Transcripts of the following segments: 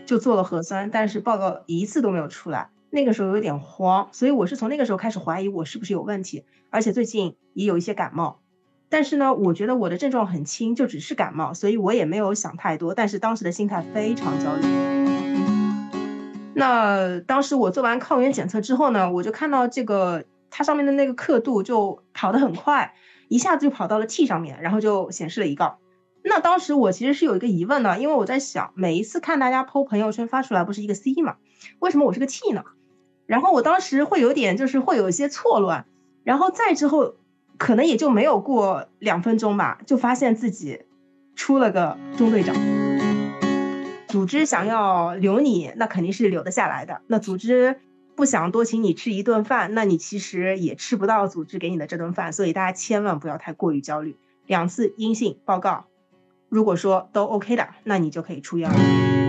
就做了核酸，但是报告一次都没有出来。那个时候有点慌，所以我是从那个时候开始怀疑我是不是有问题，而且最近也有一些感冒。但是呢，我觉得我的症状很轻，就只是感冒，所以我也没有想太多。但是当时的心态非常焦虑。那当时我做完抗原检测之后呢，我就看到这个它上面的那个刻度就跑得很快，一下子就跑到了 T 上面，然后就显示了一杠。那当时我其实是有一个疑问的，因为我在想，每一次看大家 po 朋友圈发出来不是一个 C 嘛，为什么我是个 T 呢？然后我当时会有点就是会有一些错乱，然后再之后可能也就没有过2分钟吧，就发现自己出了个中队长。组织想要留你，那肯定是留得下来的。那组织不想多请你吃一顿饭，那你其实也吃不到组织给你的这顿饭。所以大家千万不要太过于焦虑。2次阴性报告，如果说都 OK 的，那你就可以出院了。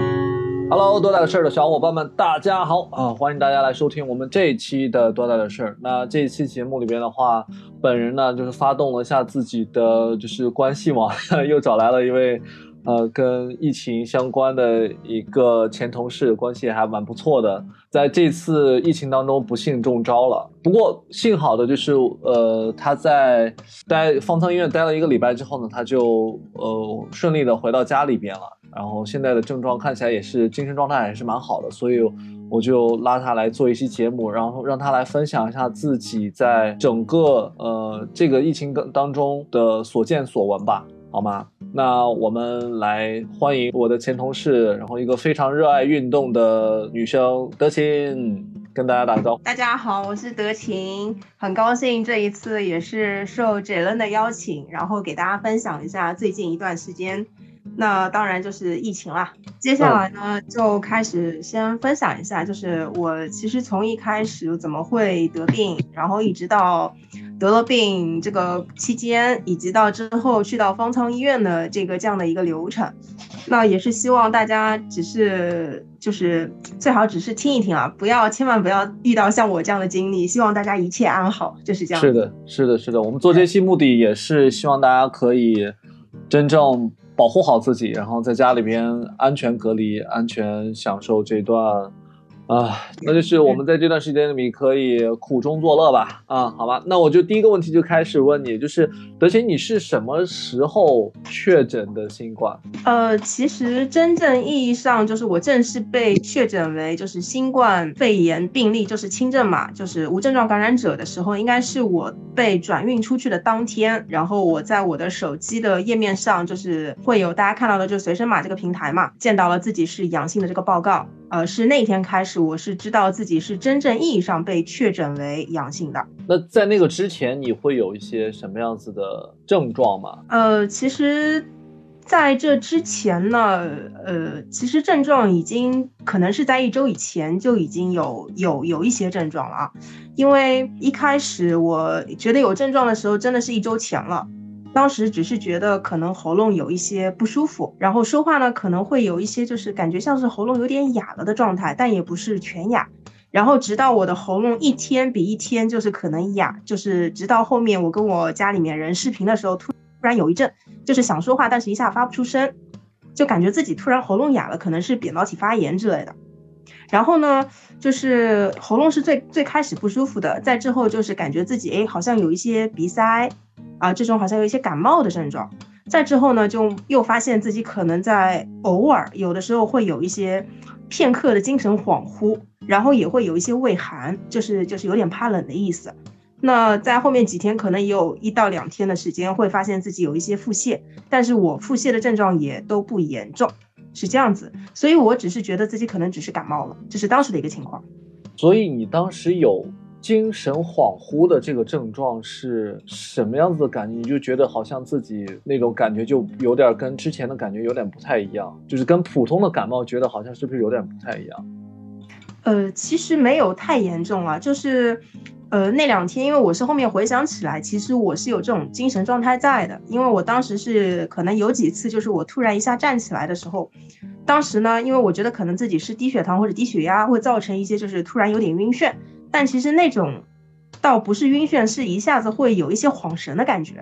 Hello， 多大的事儿的小伙伴们，大家好啊！欢迎大家来收听我们这一期的多大的事儿。那这一期节目里边的话，本人呢就是发动了一下自己的就是关系网，又找来了一位跟疫情相关的一个前同事，关系还蛮不错的。在这次疫情当中不幸中招了，不过幸好的就是他在方舱医院待了1个礼拜之后呢，他就顺利的回到家里边了。然后现在的症状看起来也是精神状态还是蛮好的，所以我就拉他来做一期节目，然后让他来分享一下自己在整个这个疫情当中的所见所闻吧，好吗？那我们来欢迎我的前同事，然后一个非常热爱运动的女生德勤，跟大家打个招呼。 大家好，我是德勤，很高兴这一次也是受 Jalen 的邀请，然后给大家分享一下最近一段时间。那当然就是疫情啦。接下来呢，就开始先分享一下，就是我其实从一开始怎么会得病，然后一直到得了病这个期间，以及到之后去到方舱医院的这样的一个流程。那也是希望大家就是最好只是听一听啊，千万不要遇到像我这样的经历，希望大家一切安好，就是这样。 是的，我们做这期目的也是希望大家可以真正保护好自己，然后在家里边安全隔离，安全享受这段那就是我们在这段时间里可以苦中作乐吧。好吧，那我就第一个问题就开始问你，就是德勤，你是什么时候确诊的新冠？ 其实真正意义上就是我正式被确诊为就是新冠肺炎病例，就是轻症嘛，就是无症状感染者的时候，应该是我被转运出去的当天，然后我在我的手机的页面上就是会有大家看到的就随身码这个平台嘛，见到了自己是阳性的这个报告。是那天开始我是知道自己是真正意义上被确诊为阳性的。 那在那个之前你会有一些什么样子的症状吗？ 其实在这之前呢，其实症状已经可能是在1周以前就已经有一些症状了啊，因为一开始我觉得有症状的时候真的是1周前了。当时只是觉得可能喉咙有一些不舒服，然后说话呢可能会有一些就是感觉像是喉咙有点哑了的状态，但也不是全哑。然后直到我的喉咙一天比一天就是可能哑，就是直到后面我跟我家里面人视频的时候，突然有一阵就是想说话，但是一下发不出声，就感觉自己突然喉咙哑了，可能是扁桃体发炎之类的。然后呢，就是喉咙是最开始不舒服的，再之后就是感觉自己好像有一些鼻塞这种好像有一些感冒的症状。再之后呢，就又发现自己可能在偶尔有的时候会有一些片刻的精神恍惚，然后也会有一些畏寒，就是有点怕冷的意思。那在后面几天可能也有1到2天的时间会发现自己有一些腹泻，但是我腹泻的症状也都不严重，是这样子。所以我只是觉得自己可能只是感冒了，这是当时的一个情况。 所以你当时有精神恍惚的这个症状是什么样子的感觉？你就觉得好像自己那种感觉就有点跟之前的感觉有点不太一样，就是跟普通的感冒觉得好像是不是有点不太一样？ 其实没有太严重了，就是那2天，因为我是后面回想起来，其实我是有这种精神状态在的，因为我当时是可能有几次就是我突然一下站起来的时候，当时呢，因为我觉得可能自己是低血糖或者低血压会造成一些就是突然有点晕眩，但其实那种倒不是晕眩，是一下子会有一些恍神的感觉。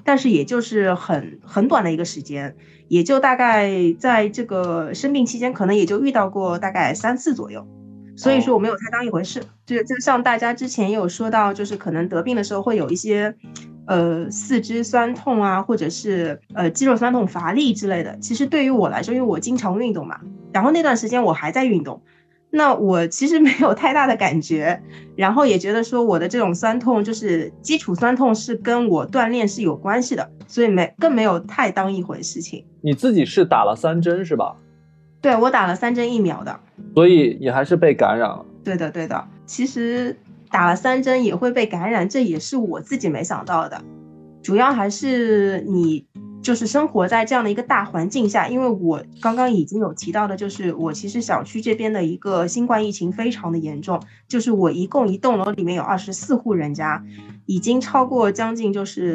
但是也就是很短的一个时间，也就大概在这个生病期间，可能也就遇到过大概3次左右。所以说我没有太当一回事。就像大家之前也有说到，就是可能得病的时候会有一些四肢酸痛啊，或者是肌肉酸痛乏力之类的。其实对于我来说，因为我经常运动嘛，然后那段时间我还在运动，那我其实没有太大的感觉，然后也觉得说我的这种酸痛就是基础酸痛是跟我锻炼是有关系的，所以更没有太当一回事情。 你自己是打了3针是吧？ 对，我打了3针疫苗的， 所以也还是被感染了。 对的对的，其实打了3针也会被感染，这也是我自己没想到的。主要还是你就是生活在这样的一个大环境下，因为我刚刚已经有提到的，就是我其实小区这边的一个新冠疫情非常的严重，就是我一共一栋楼里面有24户人家，已经超过将近就是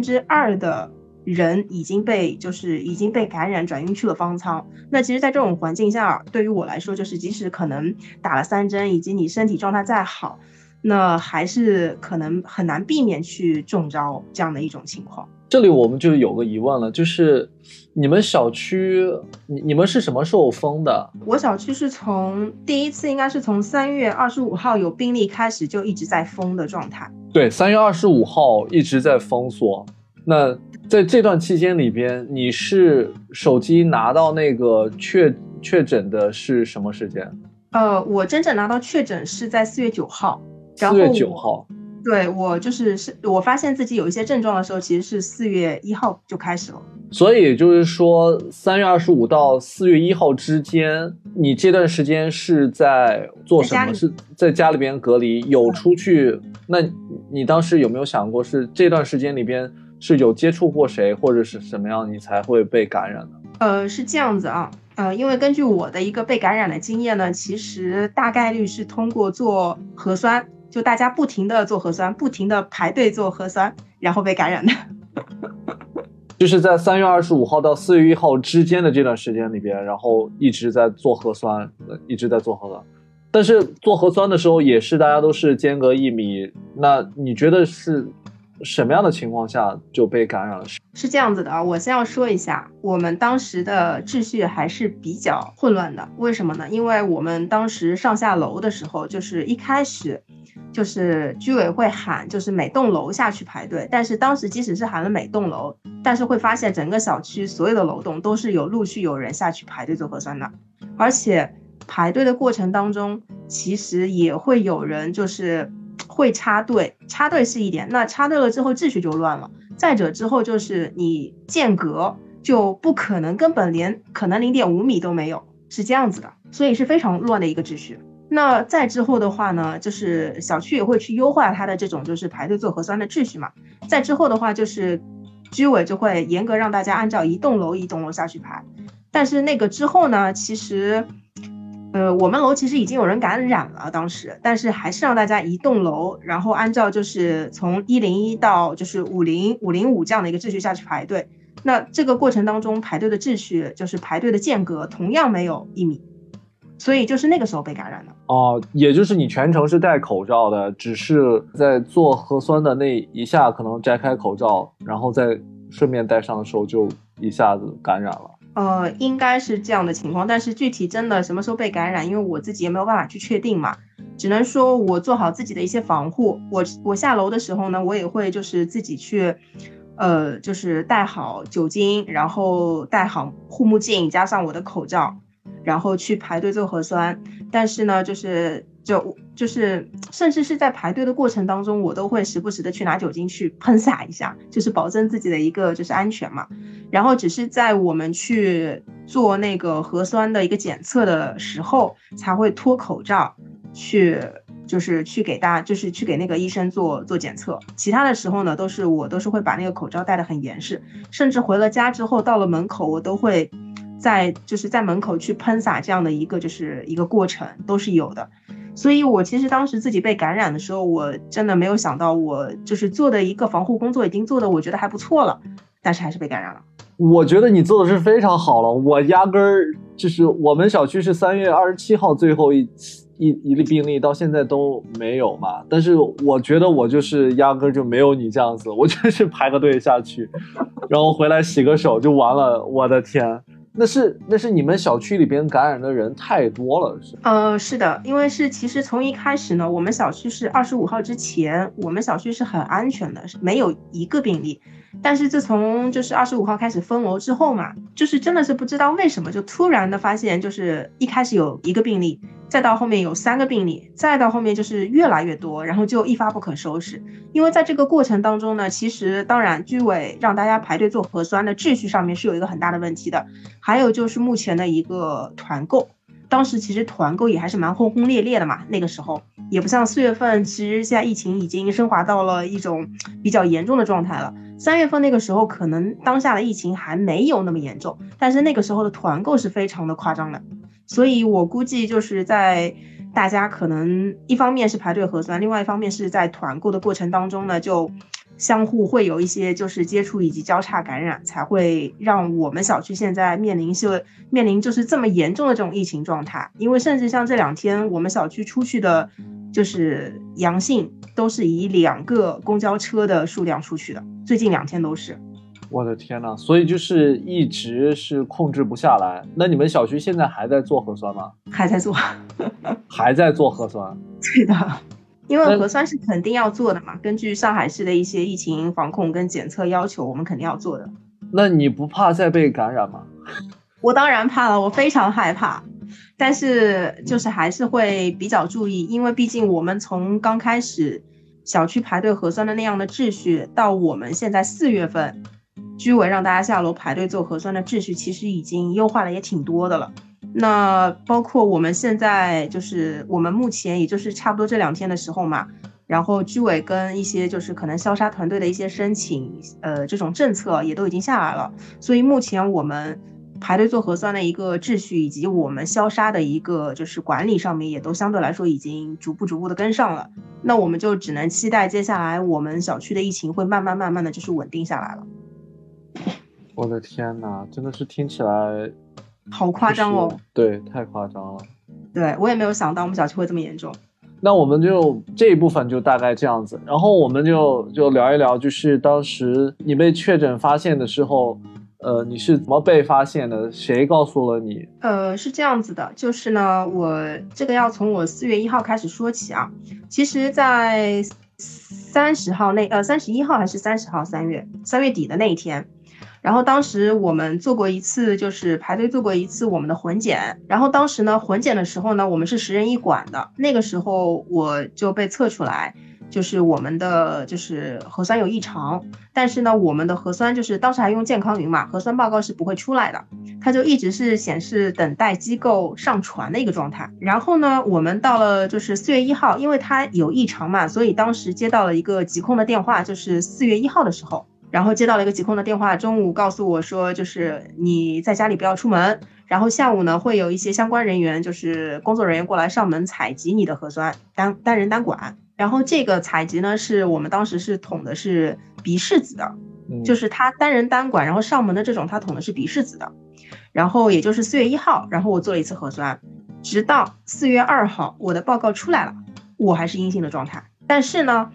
2/3的人已经被感染转运去了方舱。那其实在这种环境下，对于我来说，就是即使可能打了3针，以及你身体状态再好，那还是可能很难避免去中招这样的一种情况。 这里我们就有个疑问了，就是你们小区你们是什么时候封的？ 我小区是从第一次应该是从3月25号有病例开始就一直在封的状态。 对，3月25号一直在封锁。那在这段期间里边，你是手机拿到那个确诊的是什么时间？ 我真正拿到确诊是在4月9号。然后 4月9号。 对，我发现自己有一些症状的时候，其实是4月1号就开始了。 所以就是说3月25到4月1号之间，你这段时间是在做什么？是在家里边隔离，有出去？那你当时有没有想过，是这段时间里边是有接触过谁，或者是什么样，你才会被感染的？ 是这样子啊，因为根据我的一个被感染的经验呢，其实大概率是通过做核酸，就大家不停的做核酸，不停的排队做核酸，然后被感染的。 就是在3月25号到4月1号之间的这段时间里边，然后一直在做核酸，但是做核酸的时候也是大家都是间隔1米，那你觉得是什么样的情况下就被感染了？ 是这样子的啊，我先要说一下，我们当时的秩序还是比较混乱的。为什么呢？因为我们当时上下楼的时候，就是一开始就是居委会喊，就是每栋楼下去排队。但是当时即使是喊了每栋楼，但是会发现整个小区所有的楼栋都是陆续有人下去排队做核酸的，而且排队的过程当中，其实也会有人就是会插队是一点，那插队了之后秩序就乱了。再者之后就是你间隔就不可能，根本连可能0.5米都没有，是这样子的，所以是非常乱的一个秩序。那再之后的话呢，就是小区也会去优化它的这种就是排队做核酸的秩序嘛。再之后的话，就是居委就会严格让大家按照一栋楼一栋楼下去排。但是那个之后呢，其实我们楼其实已经有人感染了当时，但是还是让大家一栋楼，然后按照就是从101到就是505这样的一个秩序下去排队。那这个过程当中排队的秩序就是排队的间隔同样没有1米，所以就是那个时候被感染的。 哦，也就是你全程是戴口罩的，只是在做核酸的那一下可能摘开口罩，然后再顺便戴上的时候就一下子感染了。 应该是这样的情况，但是具体真的什么时候被感染，因为我自己也没有办法去确定嘛，只能说我做好自己的一些防护。我下楼的时候呢，我也会就是自己去，就是带好酒精，然后带好护目镜，加上我的口罩，然后去排队做核酸。但是呢，就是甚至是在排队的过程当中，我都会时不时的去拿酒精去喷洒一下，就是保证自己的一个就是安全嘛。然后只是在我们去做那个核酸的一个检测的时候，才会脱口罩去给大家就是去给那个医生做检测。其他的时候呢，我都是会把那个口罩戴得很严实，甚至回了家之后到了门口，我都会在门口去喷洒这样的一个就是一个过程都是有的。所以我其实当时自己被感染的时候，我真的没有想到，我就是做的一个防护工作已经做的我觉得还不错了，但是还是被感染了。 我觉得你做的是非常好了，我压根儿就是我们小区是3月27号一例病例到现在都没有嘛。但是我觉得我就是压根就没有你这样子，我就是排个队下去，然后回来洗个手就完了。我的天！那是你们小区里边感染的人太多了， 是的，因为其实从一开始呢，我们小区是25号之前，我们小区是很安全的，没有一个病例。但是自从就是25号开始封楼之后嘛，就是真的是不知道为什么就突然的发现，就是一开始有一个病例，再到后面有3个病例，再到后面就是越来越多，然后就一发不可收拾。因为在这个过程当中呢，其实当然居委让大家排队做核酸的秩序上面是有一个很大的问题的，还有就是目前的一个团购。当时其实团购也还是蛮轰轰烈烈的嘛，那个时候也不像4月份，其实现在疫情已经升华到了一种比较严重的状态了。3月份那个时候可能当下的疫情还没有那么严重，但是那个时候的团购是非常的夸张的，所以我估计就是在大家可能一方面是排队核酸，另外一方面是在团购的过程当中呢，就相互会有一些就是接触以及交叉感染，才会让我们小区现在面临就是这么严重的这种疫情状态。因为甚至像这2天我们小区出去的就是阳性都是以2个公交车的数量出去的，最近2天都是。 我的天呐，所以就是一直是控制不下来。那你们小区现在还在做核酸吗？ 还在做还在做核酸？ 对的，因为核酸是肯定要做的嘛，根据上海市的一些疫情防控跟检测要求，我们肯定要做的。 那你不怕再被感染吗？ 我当然怕了，我非常害怕，但是就是还是会比较注意，因为毕竟我们从刚开始小区排队核酸的那样的秩序，到我们现在4月份居委让大家下楼排队做核酸的秩序，其实已经优化了也挺多的了。那包括我们现在就是我们目前也就是差不多这2天的时候嘛，然后居委跟一些就是可能消杀团队的一些申请，这种政策也都已经下来了，所以目前我们排队做核酸的一个秩序以及我们消杀的一个就是管理上面也都相对来说已经逐步的跟上了。那我们就只能期待接下来我们小区的疫情会慢慢的就是稳定下来了。 我的天哪，真的是听起来好夸张哦。 对，太夸张了。 对，我也没有想到我们小区会这么严重。 那我们就这一部分就大概这样子，然后我们就聊一聊，就是当时你被确诊发现的时候，你是怎么被发现的？谁告诉了你？ 是这样子的，就是呢，我这个要从我4月1号开始说起啊。其实在31号还是30号，3月底的那一天，然后当时我们做过一次，就是排队做过一次我们的混检，然后当时呢混检的时候呢，我们是10人一管的，那个时候我就被测出来，就是我们的就是核酸有异常，但是呢我们的核酸就是当时还用健康云嘛，核酸报告是不会出来的，它就一直是显示等待机构上传的一个状态。然后呢我们到了就是4月1号，因为它有异常嘛，所以当时接到了一个疾控的电话，就是4月1号的时候，然后接到了一个疾控的电话，中午告诉我说就是你在家里不要出门，然后下午呢会有一些相关人员就是工作人员过来上门采集你的核酸，单人单管。然后这个采集呢是我们当时是统的是鼻拭子的，就是他单人单管然后上门的这种，他统的是鼻拭子的。然后也就是4月1号，然后我做了一次核酸，直到4月2号我的报告出来了，我还是阴性的状态。但是呢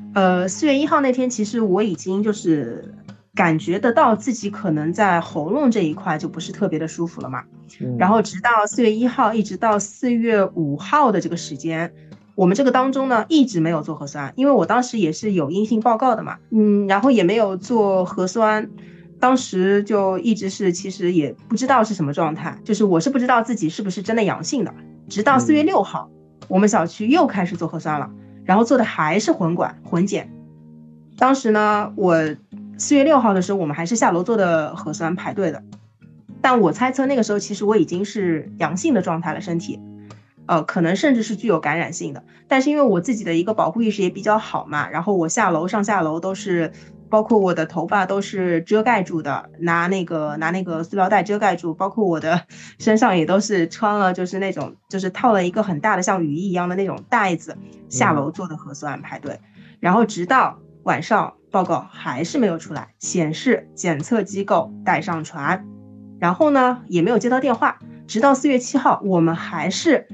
4月1号那天其实我已经就是感觉得到自己可能在喉咙这一块就不是特别的舒服了嘛。然后直到4月1号一直到4月5号的这个时间，我们这个当中呢一直没有做核酸，因为我当时也是有阴性报告的嘛，然后也没有做核酸，当时就一直是其实也不知道是什么状态，就是我是不知道自己是不是真的阳性的。直到4月6号我们小区又开始做核酸了，然后做的还是混检。当时呢我4月6号的时候我们还是下楼做的核酸排队的，但我猜测那个时候其实我已经是阳性的状态了，身体可能甚至是具有感染性的。但是因为我自己的一个保护意识也比较好嘛，然后我上下楼都是包括我的头发都是遮盖住的，拿那个塑料袋遮盖住，包括我的身上也都是穿了就是那种就是套了一个很大的像雨衣一样的那种袋子下楼做的核酸排队。然后直到晚上报告还是没有出来，显示检测机构待上传，然后呢也没有接到电话。直到4月7号我们还是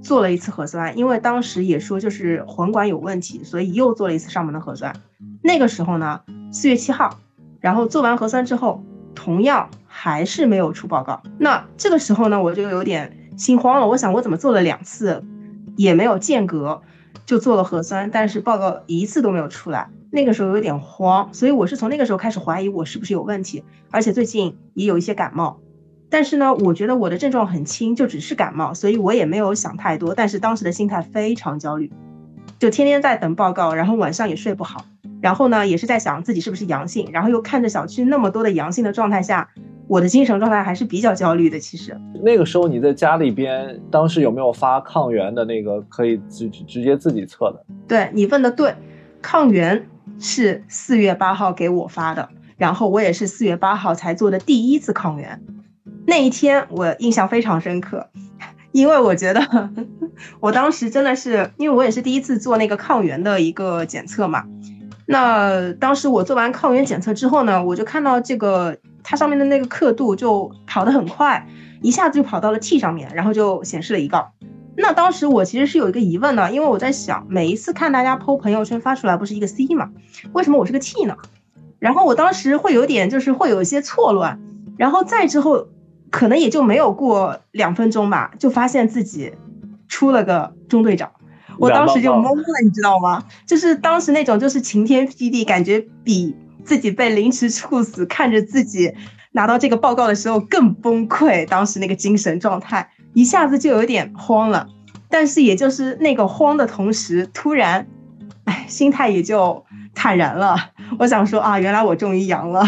做了一次核酸，因为当时也说就是混管有问题，所以又做了一次上门的核酸。那个时候呢，4月7号，然后做完核酸之后，同样还是没有出报告。那这个时候呢，我就有点心慌了，我想我怎么做了2次也没有间隔就做了核酸，但是报告一次都没有出来。那个时候有点慌，所以我是从那个时候开始怀疑我是不是有问题，而且最近也有一些感冒。但是呢，我觉得我的症状很轻，就只是感冒，所以我也没有想太多。但是当时的心态非常焦虑，就天天在等报告，然后晚上也睡不好。然后呢，也是在想自己是不是阳性，然后又看着小区那么多的阳性的状态下，我的精神状态还是比较焦虑的。其实那个时候你在家里边，当时有没有发抗原的那个可以直接自己测的？ 对，你问的对，抗原是4月8号给我发的，然后我也是4月8号才做的第一次抗原。那一天我印象非常深刻，因为我觉得我当时真的是，因为我也是第一次做那个抗原的一个检测嘛。那当时我做完抗原检测之后呢，我就看到这个它上面的那个刻度就跑得很快，一下子就跑到了 T 上面，然后就显示了1杠。那当时我其实是有一个疑问的，因为我在想，每一次看大家 po 朋友圈发出来不是一个 C 嘛，为什么我是个 T 呢？然后我当时会有点就是会有一些错乱，然后再之后可能也就没有过2分钟吧，就发现自己出了个中队长。我当时就懵了，你知道吗？就是当时那种就是晴天霹雳，感觉比自己被凌迟处死，看着自己拿到这个报告的时候更崩溃。当时那个精神状态一下子就有点慌了，但是也就是那个慌的同时，突然心态也就坦然了。我想说啊，原来我终于阳了。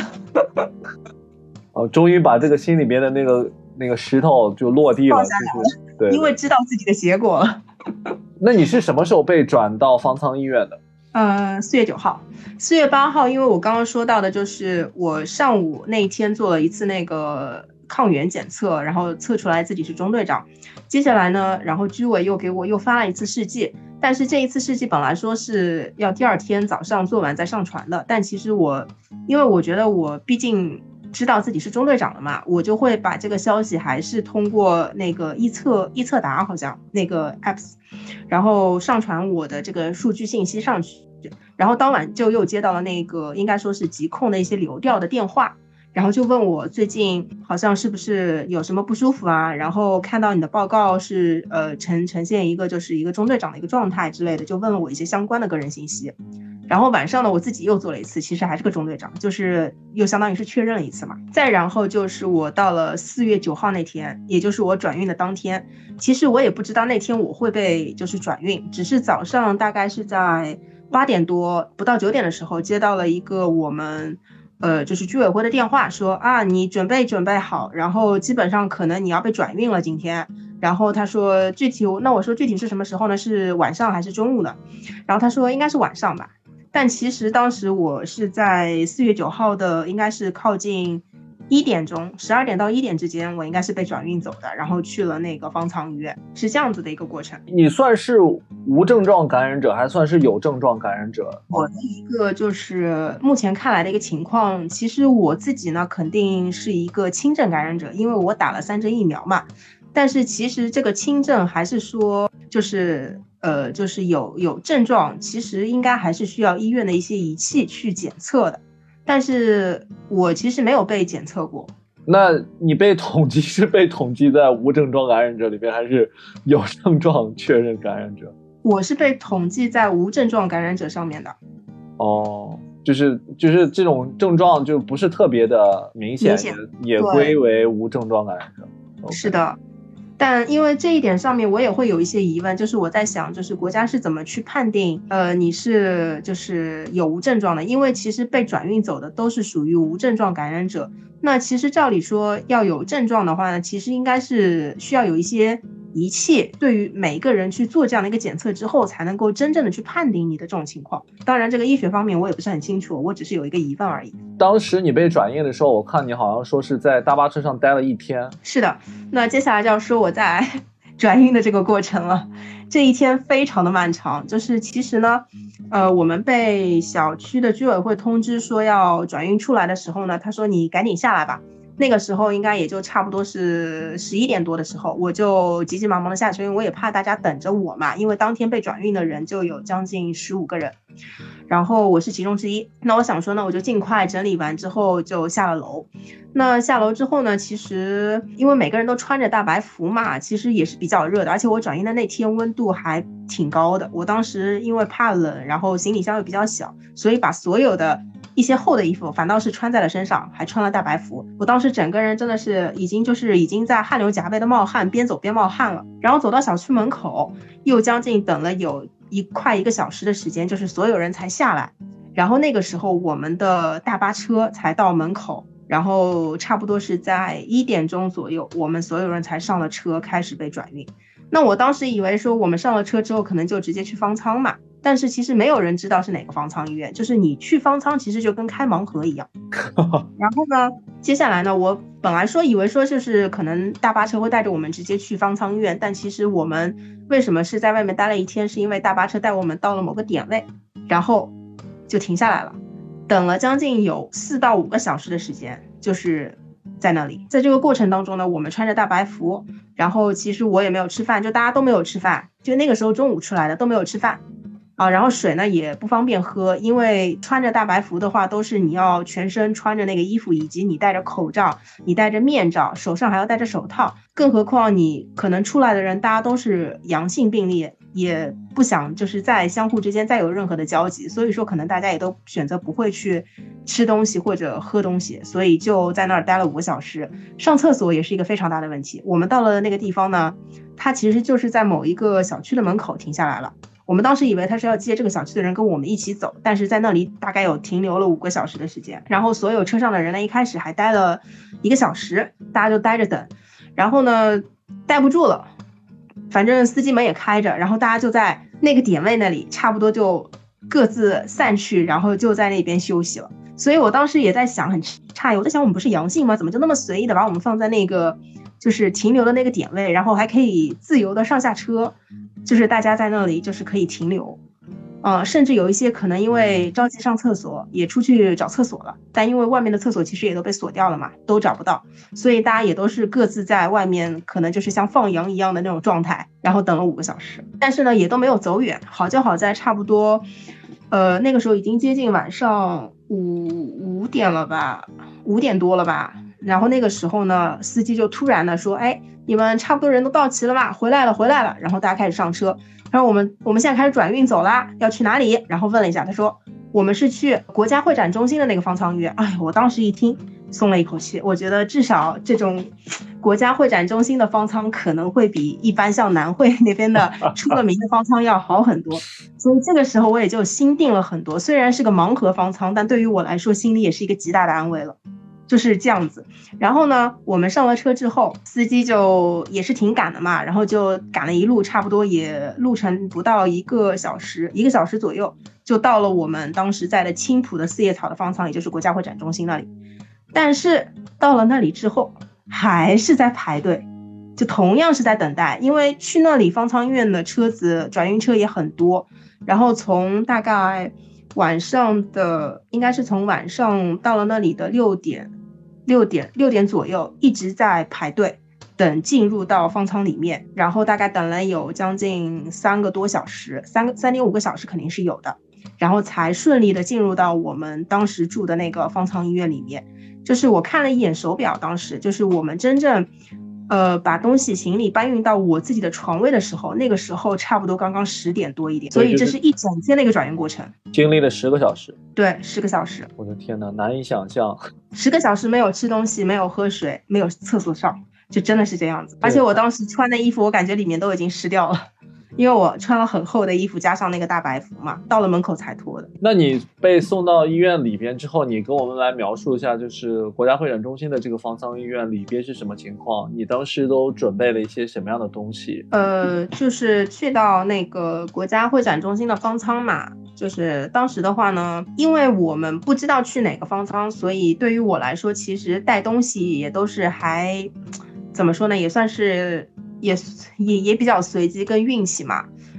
终于把这个心里边的那个石头就落地了，就是对， 因为知道自己的结果了。 那你是什么时候被转到方舱医院的 ？4月9号，4月8号，因为我刚刚说到的就是我上午那一天做了一次那个抗原检测，然后测出来自己是中队长。接下来呢，然后居委又给我又发了一次试剂，但是这一次试剂本来说是要第2天早上做完再上传的，但其实因为我觉得我毕竟知道自己是中队长了嘛，我就会把这个消息还是通过那个一测达好像那个 apps， 然后上传我的这个数据信息上去，然后当晚就又接到了那个应该说是疾控的一些流调的电话，然后就问我最近好像是不是有什么不舒服啊，然后看到你的报告是呈现一个就是一个中队长的一个状态之类的，就问了我一些相关的个人信息。然后晚上呢，我自己又做了一次，其实还是个中队长，就是又相当于是确认了一次嘛。再然后就是我到了4月9号那天，也就是我转运的当天，其实我也不知道那天我会被就是转运，只是早上大概是在8点多不到9点的时候接到了一个我们就是居委会的电话，说啊你准备好，然后基本上可能你要被转运了今天。然后他说那我说具体是什么时候呢？是晚上还是中午呢？然后他说应该是晚上吧。但其实当时我是在4月9号的，应该是靠近1点钟，12点到1点之间，我应该是被转运走的，然后去了那个方舱医院，是这样子的一个过程。 你算是无症状感染者，还算是有症状感染者？ 我的一个就是目前看来的一个情况，其实我自己呢肯定是一个轻症感染者，因为我打了3针疫苗嘛。但是其实这个轻症还是说就是有症状，其实应该还是需要医院的一些仪器去检测的，但是我其实没有被检测过。 那你被统计在无症状感染者里面，还是有症状确认感染者？ 我是被统计在无症状感染者上面的。 哦，就是这种症状就不是特别的明显也归为无症状感染者。 是的。但因为这一点上面我也会有一些疑问，就是我在想，就是国家是怎么去判定你是就是有无症状的，因为其实被转运走的都是属于无症状感染者。那其实照理说要有症状的话呢，其实应该是需要有一些仪器对于每一个人去做这样的一个检测之后，才能够真正的去判定你的这种情况。当然这个医学方面我也不是很清楚，我只是有一个疑问而已。 当时你被转运的时候，我看你好像说是在大巴车上待了1天。 是的，那接下来就要说我在转运的这个过程了。这一天非常的漫长，就是其实呢我们被小区的居委会通知说要转运出来的时候呢，他说你赶紧下来吧， 那个时候应该也就差不多是11点多的时候，我就急急忙忙的下车，因为我也怕大家等着我嘛，因为当天被转运的人就有将近15个人，然后我是其中之一。那我想说呢，我就尽快整理完之后就下了楼。那下楼之后呢，其实因为每个人都穿着大白服嘛，其实也是比较热的，而且我转运的那天温度还挺高的。我当时因为怕冷，然后行李箱又比较小，所以把所有的一些厚的衣服反倒是穿在了身上，还穿了大白服。我当时整个人真的是已经在汗流浃背的冒汗，边走边冒汗了。然后走到小区门口，又将近等了有快1个小时的时间，就是所有人才下来。然后那个时候我们的大巴车才到门口，然后差不多是在1点钟左右，我们所有人才上了车，开始被转运。那我当时以为说我们上了车之后可能就直接去方舱嘛，但是其实没有人知道是哪个方舱医院，就是你去方舱其实就跟开盲盒一样。然后呢，接下来呢，我本来以为说就是可能大巴车会带着我们直接去方舱医院，但其实我们为什么是在外面待了1天，是因为大巴车带我们到了某个点位，然后就停下来了，等了将近有4到5个小时的时间，就是在那里。在这个过程当中呢，我们穿着大白服，然后其实我也没有吃饭，就大家都没有吃饭，就那个时候中午出来的都没有吃饭啊，然后水呢也不方便喝，因为穿着大白服的话，都是你要全身穿着那个衣服，以及你戴着口罩，你戴着面罩，手上还要戴着手套，更何况你可能出来的人大家都是阳性病例，也不想就是在相互之间再有任何的交集，所以说可能大家也都选择不会去吃东西或者喝东西，所以就在那儿待了5个小时。上厕所也是一个非常大的问题。我们到了那个地方呢，它其实就是在某一个小区的门口停下来了。我们当时以为他是要接这个小区的人跟我们一起走，但是在那里大概有停留了5个小时的时间。然后所有车上的人呢，一开始还待了1个小时，大家就待着等。然后呢，待不住了，反正司机门也开着，然后大家就在那个点位那里差不多就各自散去，然后就在那边休息了。所以我当时也在想，很诧异，我在想我们不是阳性吗？怎么就那么随意的把我们放在那个就是停留的那个点位，然后还可以自由的上下车，就是大家在那里就是可以停留。甚至有一些可能因为着急上厕所也出去找厕所了，但因为外面的厕所其实也都被锁掉了嘛，都找不到，所以大家也都是各自在外面，可能就是像放羊一样的那种状态，然后等了5个小时。但是呢也都没有走远，好就好在差不多那个时候已经接近晚上5点了吧，5点多了吧。然后那个时候呢，司机就突然的说，哎，你们差不多人都到齐了吧，回来了。然后大家开始上车，然后我们现在开始转运走啦，要去哪里？然后问了一下，他说我们是去国家会展中心的那个方舱医院。哎，我当时一听松了一口气，我觉得至少这种国家会展中心的方舱可能会比一般像南汇那边的出了名的方舱要好很多，所以这个时候我也就心定了很多。虽然是个盲盒方舱，但对于我来说心里也是一个极大的安慰了。就是这样子。然后呢，我们上了车之后，司机就也是挺赶的嘛，然后就赶了一路，差不多也路程不到1个小时，1个小时左右就到了我们当时在的青浦的4叶草的方舱，也就是国家会展中心那里。但是到了那里之后还是在排队，就同样是在等待，因为去那里方舱医院的车子转运车也很多，然后从大概晚上的应该是从晚上到了那里的6点左右一直在排队等进入到方舱里面，然后大概等了有将近3个多小时，3.5个小时肯定是有的，然后才顺利的进入到我们当时住的那个方舱医院里面。就是我看了一眼手表，当时就是我们真正把东西行李搬运到我自己的床位的时候，那个时候差不多刚刚10点多一点，所以这是一整天的一个转运过程， 经历了10个小时。 对，10个小时。 我的天哪，难以想象。 10个小时没有吃东西，没有喝水，没有厕所上，就真的是这样子。而且我当时穿的衣服，我感觉里面都已经湿掉了。因为我穿了很厚的衣服，加上那个大白服嘛，到了门口才脱的。 那你被送到医院里边之后，你跟我们来描述一下，就是国家会展中心的这个方舱医院里边是什么情况？你当时都准备了一些什么样的东西？ 就是去到那个国家会展中心的方舱嘛，就是当时的话呢，因为我们不知道去哪个方舱，所以对于我来说，其实带东西也都是还怎么说呢，也算是也比较随机跟运气嘛。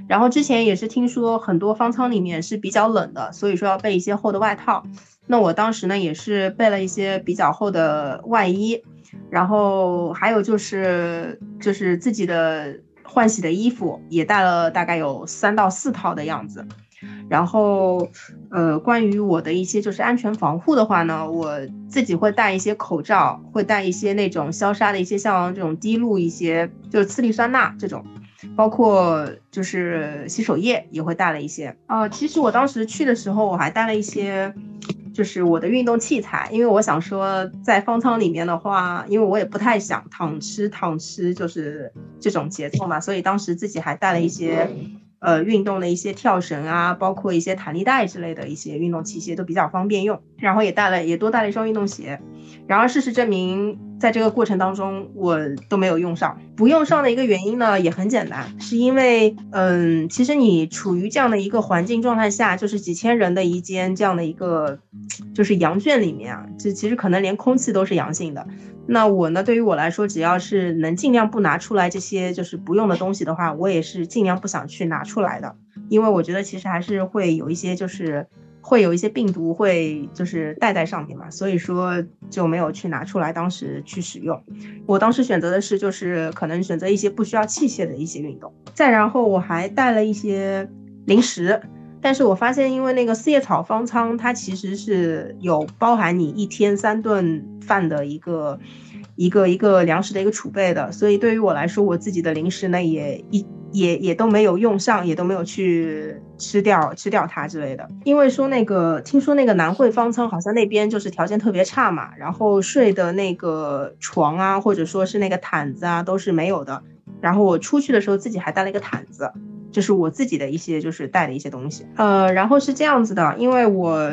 然后之前也是听说很多方舱里面是比较冷的，所以说要备一些厚的外套。那我当时呢也是备了一些比较厚的外衣，然后还有就是自己的换洗的衣服也带了大概有3到4套的样子。然后关于我的一些就是安全防护的话呢，我自己会带一些口罩，会带一些那种消杀的一些像这种滴露一些就是次氯酸钠这种，包括就是洗手液也会带了一些。其实我当时去的时候我还带了一些就是我的运动器材，因为我想说在方舱里面的话，因为我也不太想躺吃就是这种节奏嘛，所以当时自己还带了一些运动的一些跳绳啊，包括一些弹力带之类的一些运动器械都比较方便用，然后也多带了一双运动鞋。然而事实证明在这个过程当中我都没有用上。不用上的一个原因呢也很简单，是因为其实你处于这样的一个环境状态下，就是几千人的一间这样的一个就是羊圈里面啊，这其实可能连空气都是阳性的。那我呢，对于我来说，只要是能尽量不拿出来这些就是不用的东西的话，我也是尽量不想去拿出来的，因为我觉得其实还是会有一些病毒会就是带在上面嘛，所以说就没有去拿出来当时去使用。我当时选择的是就是可能选择一些不需要器械的一些运动。再然后我还带了一些零食，但是我发现因为那个四叶草方舱它其实是有包含你1天3顿饭的一个粮食的一个储备的，所以对于我来说，我自己的零食呢也都没有用上，也都没有去吃掉它之类的。因为说听说那个南汇方舱好像那边就是条件特别差嘛，然后睡的那个床啊，或者说是那个毯子啊都是没有的。然后我出去的时候自己还带了一个毯子，就是我自己的一些就是带的一些东西。然后是这样子的，因为我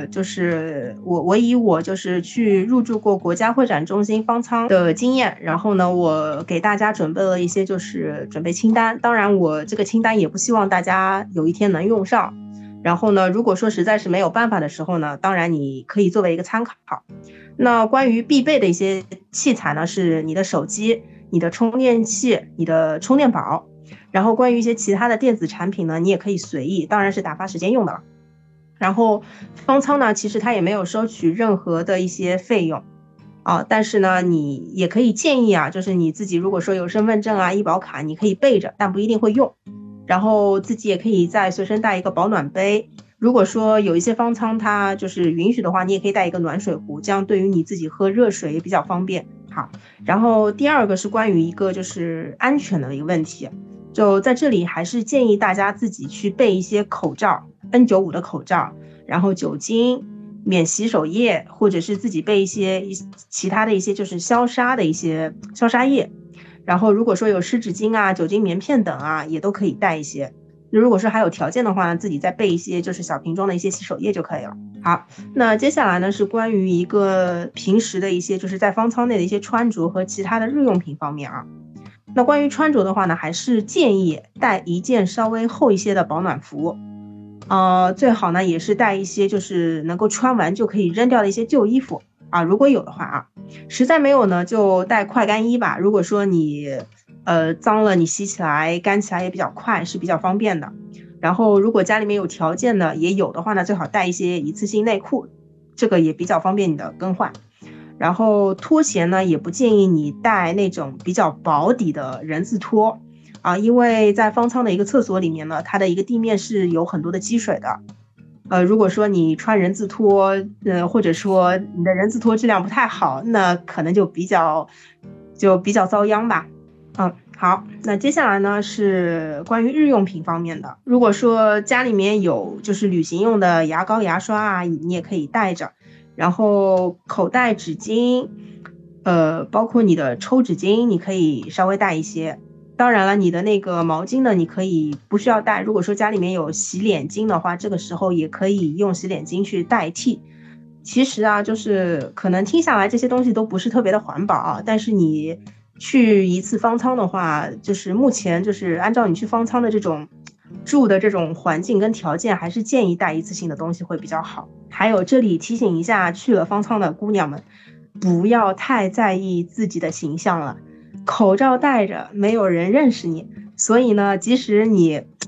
就是去入住过国家会展中心方舱的经验，然后呢我给大家准备了一些就是准备清单，当然我这个清单也不希望大家有一天能用上，然后呢如果说实在是没有办法的时候呢，当然你可以作为一个参考。那关于必备的一些器材呢，是你的手机、你的充电器、你的充电宝，然后关于一些其他的电子产品呢，你也可以随意，当然是打发时间用的了。然后方舱呢，其实它也没有收取任何的一些费用啊，但是呢，你也可以建议啊，就是你自己如果说有身份证啊、医保卡，你可以备着，但不一定会用。然后自己也可以再随身带一个保暖杯。如果说有一些方舱它就是允许的话，你也可以带一个暖水壶，这样对于你自己喝热水也比较方便。好，然后第二个是关于一个就是安全的一个问题。就在这里还是建议大家自己去备一些口罩 N95 的口罩，然后酒精、免洗手液，或者是自己备一些其他的一些就是消杀的一些消杀液。然后如果说有湿纸巾啊、酒精棉片等啊，也都可以带一些。如果说还有条件的话，自己再备一些就是小瓶装的一些洗手液就可以了。好，那接下来呢是关于一个平时的一些就是在方舱内的一些穿着和其他的日用品方面啊。那关于穿着的话呢，还是建议带一件稍微厚一些的保暖服，最好呢也是带一些就是能够穿完就可以扔掉的一些旧衣服啊，如果有的话啊，实在没有呢就带快干衣吧。如果说你脏了，你洗起来干起来也比较快，是比较方便的。然后如果家里面有条件的也有的话呢，最好带一些一次性内裤，这个也比较方便你的更换。然后拖鞋呢，也不建议你带那种比较薄底的人字拖啊，因为在方舱的一个厕所里面呢，它的一个地面是有很多的积水的。如果说你穿人字拖，或者说你的人字拖质量不太好，那可能就比较遭殃吧。好，那接下来呢是关于日用品方面的。如果说家里面有就是旅行用的牙膏、牙刷啊，你也可以带着。然后口袋纸巾，包括你的抽纸巾，你可以稍微带一些。当然了，你的那个毛巾呢，你可以不需要带。如果说家里面有洗脸巾的话，这个时候也可以用洗脸巾去代替。其实啊，就是可能听下来这些东西都不是特别的环保啊，但是你去一次方舱的话，就是目前就是按照你去方舱的这种住的这种环境跟条件，还是建议带一次性的东西会比较好。还有这里提醒一下去了方舱的姑娘们，不要太在意自己的形象了，口罩戴着没有人认识你，所以呢即使你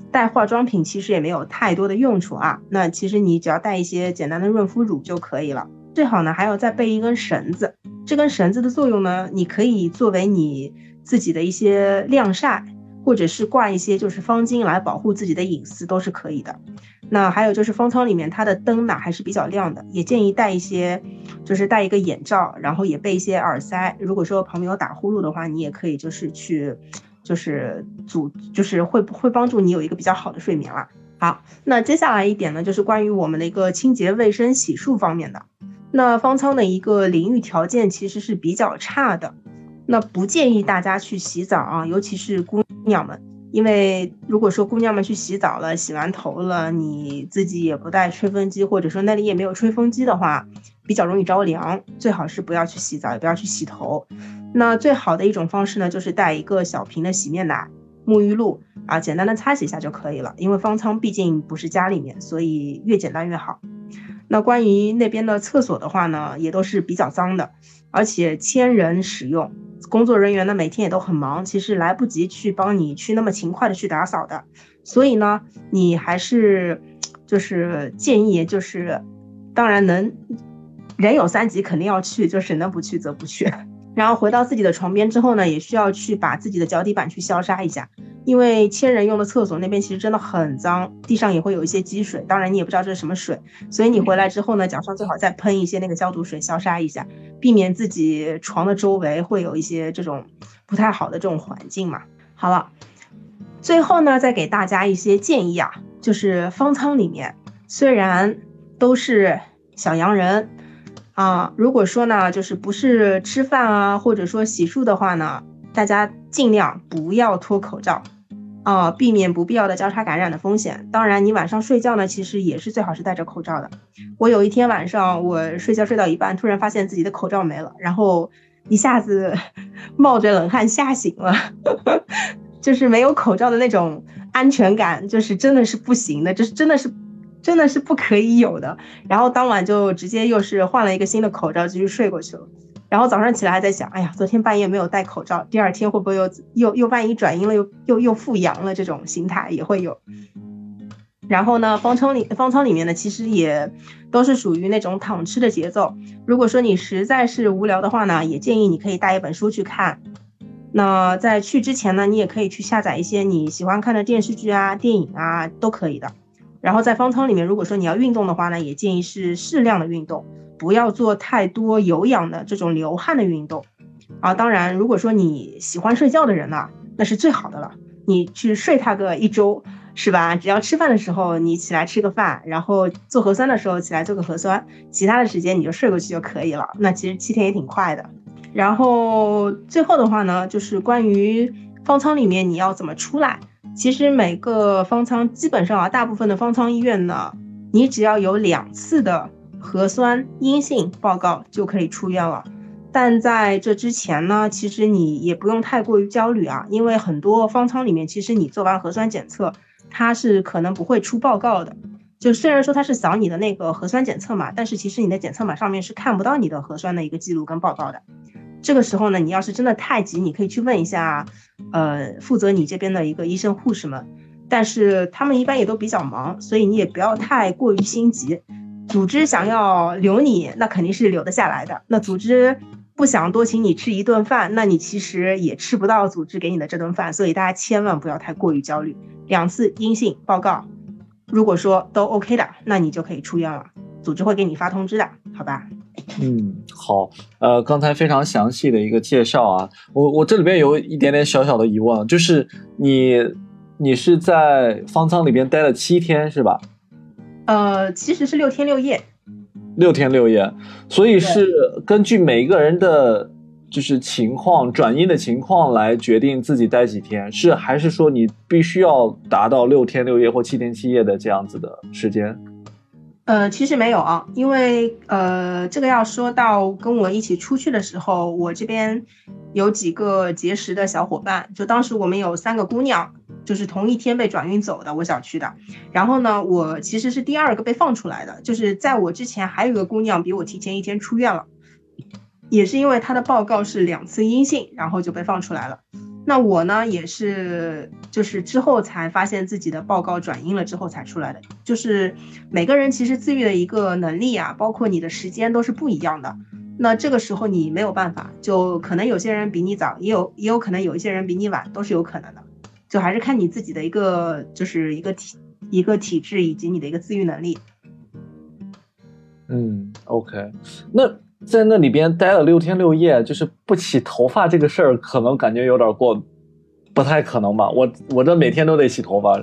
带化妆品其实也没有太多的用处啊，那其实你只要带一些简单的润肤乳就可以了。最好呢还要再备一根绳子，这根绳子的作用呢，你可以作为你自己的一些晾晒，或者是挂一些就是方巾来保护自己的隐私都是可以的。那还有就是方舱里面它的灯呢还是比较亮的，也建议带一些，就是带一个眼罩，然后也备一些耳塞。如果说旁边有打呼噜的话，你也可以就是去就是会帮助你有一个比较好的睡眠了。好，那接下来一点呢，就是关于我们的一个清洁卫生洗漱方面的。那方舱的一个淋浴条件其实是比较差的，那不建议大家去洗澡啊，尤其是姑娘们。因为如果说姑娘们去洗澡了，洗完头了，你自己也不带吹风机，或者说那里也没有吹风机的话，比较容易着凉，最好是不要去洗澡，也不要去洗头。那最好的一种方式呢，就是带一个小瓶的洗面奶、沐浴露啊，简单的擦洗一下就可以了。因为方舱毕竟不是家里面，所以越简单越好。那关于那边的厕所的话呢，也都是比较脏的，而且千人使用，工作人员呢每天也都很忙，其实来不及去帮你去那么勤快的去打扫的。所以呢，你还是就是建议就是当然人有三急肯定要去，就是能不去则不去。然后回到自己的床边之后呢，也需要去把自己的脚底板去消杀一下，因为千人用的厕所那边其实真的很脏，地上也会有一些积水，当然你也不知道这是什么水，所以你回来之后呢，脚上最好再喷一些那个消毒水消杀一下，避免自己床的周围会有一些这种不太好的这种环境嘛。好了，最后呢再给大家一些建议啊，就是方舱里面虽然都是小洋人啊，如果说呢就是不是吃饭啊或者说洗漱的话呢，大家尽量不要脱口罩啊，避免不必要的交叉感染的风险。当然你晚上睡觉呢其实也是最好是戴着口罩的。我有一天晚上我睡觉睡到一半，突然发现自己的口罩没了，然后一下子冒着冷汗吓醒了就是没有口罩的那种安全感，就是真的是不行的，就是真的是不可以有的。然后当晚就直接又是换了一个新的口罩继续睡过去了。然后早上起来还在想，哎呀，昨天半夜没有戴口罩，第二天会不会又万一转阴了，又复阳了，这种心态也会有。然后呢，方舱里面呢，其实也都是属于那种躺吃的节奏。如果说你实在是无聊的话呢，也建议你可以带一本书去看。那在去之前呢，你也可以去下载一些你喜欢看的电视剧啊、电影啊，都可以的。然后在方舱里面，如果说你要运动的话呢，也建议是适量的运动，不要做太多有氧的这种流汗的运动啊。当然，如果说你喜欢睡觉的人呢，那是最好的了，你去睡它个1周，是吧？只要吃饭的时候你起来吃个饭，然后做核酸的时候起来做个核酸，其他的时间你就睡过去就可以了。那其实7天也挺快的。然后最后的话呢，就是关于方舱里面你要怎么出来。其实每个方舱基本上啊，大部分的方舱医院呢，你只要有2次的核酸阴性报告就可以出院了。但在这之前呢，其实你也不用太过于焦虑啊，因为很多方舱里面其实你做完核酸检测，它是可能不会出报告的。就虽然说它是扫你的那个核酸检测码，但是其实你的检测码上面是看不到你的核酸的一个记录跟报告的。这个时候呢，你要是真的太急，你可以去问一下负责你这边的一个医生护士们，但是他们一般也都比较忙，所以你也不要太过于心急。组织想要留你，那肯定是留得下来的，那组织不想多请你吃一顿饭，那你其实也吃不到组织给你的这顿饭，所以大家千万不要太过于焦虑。2次阴性报告如果说都 OK 的，那你就可以出院了，组织会给你发通知的，好吧？ 好，刚才非常详细的一个介绍啊，我这里边有一点点小小的疑问，就是你是在方舱里边待了7天是吧？ 其实是6天6夜。 6天6夜，所以是根据每一个人的就是情况转阴的情况来决定自己待几天，还是说你必须要达到6天6夜或7天7夜的这样子的时间？ 其实没有啊，因为这个要说到跟我一起出去的时候，我这边有几个结识的小伙伴，就当时我们有3个姑娘，就是同一天被转运走的，我小区的。然后呢，我其实是第2个被放出来的，就是在我之前还有一个姑娘比我提前1天出院了，也是因为她的报告是2次阴性，然后就被放出来了。 那我呢也是就是之后才发现自己的报告转阴了之后才出来的，就是每个人其实自愈的一个能力啊，包括你的时间都是不一样的。那这个时候你没有办法，就可能有些人比你早，也有可能有一些人比你晚，都是有可能的。就还是看你自己的一个就是一个体质以及你的一个自愈能力。 OK， 那在那里边待了6天6夜，就是不洗头发这个事儿，可能感觉有点过，不太可能吧？我这每天都得洗头发。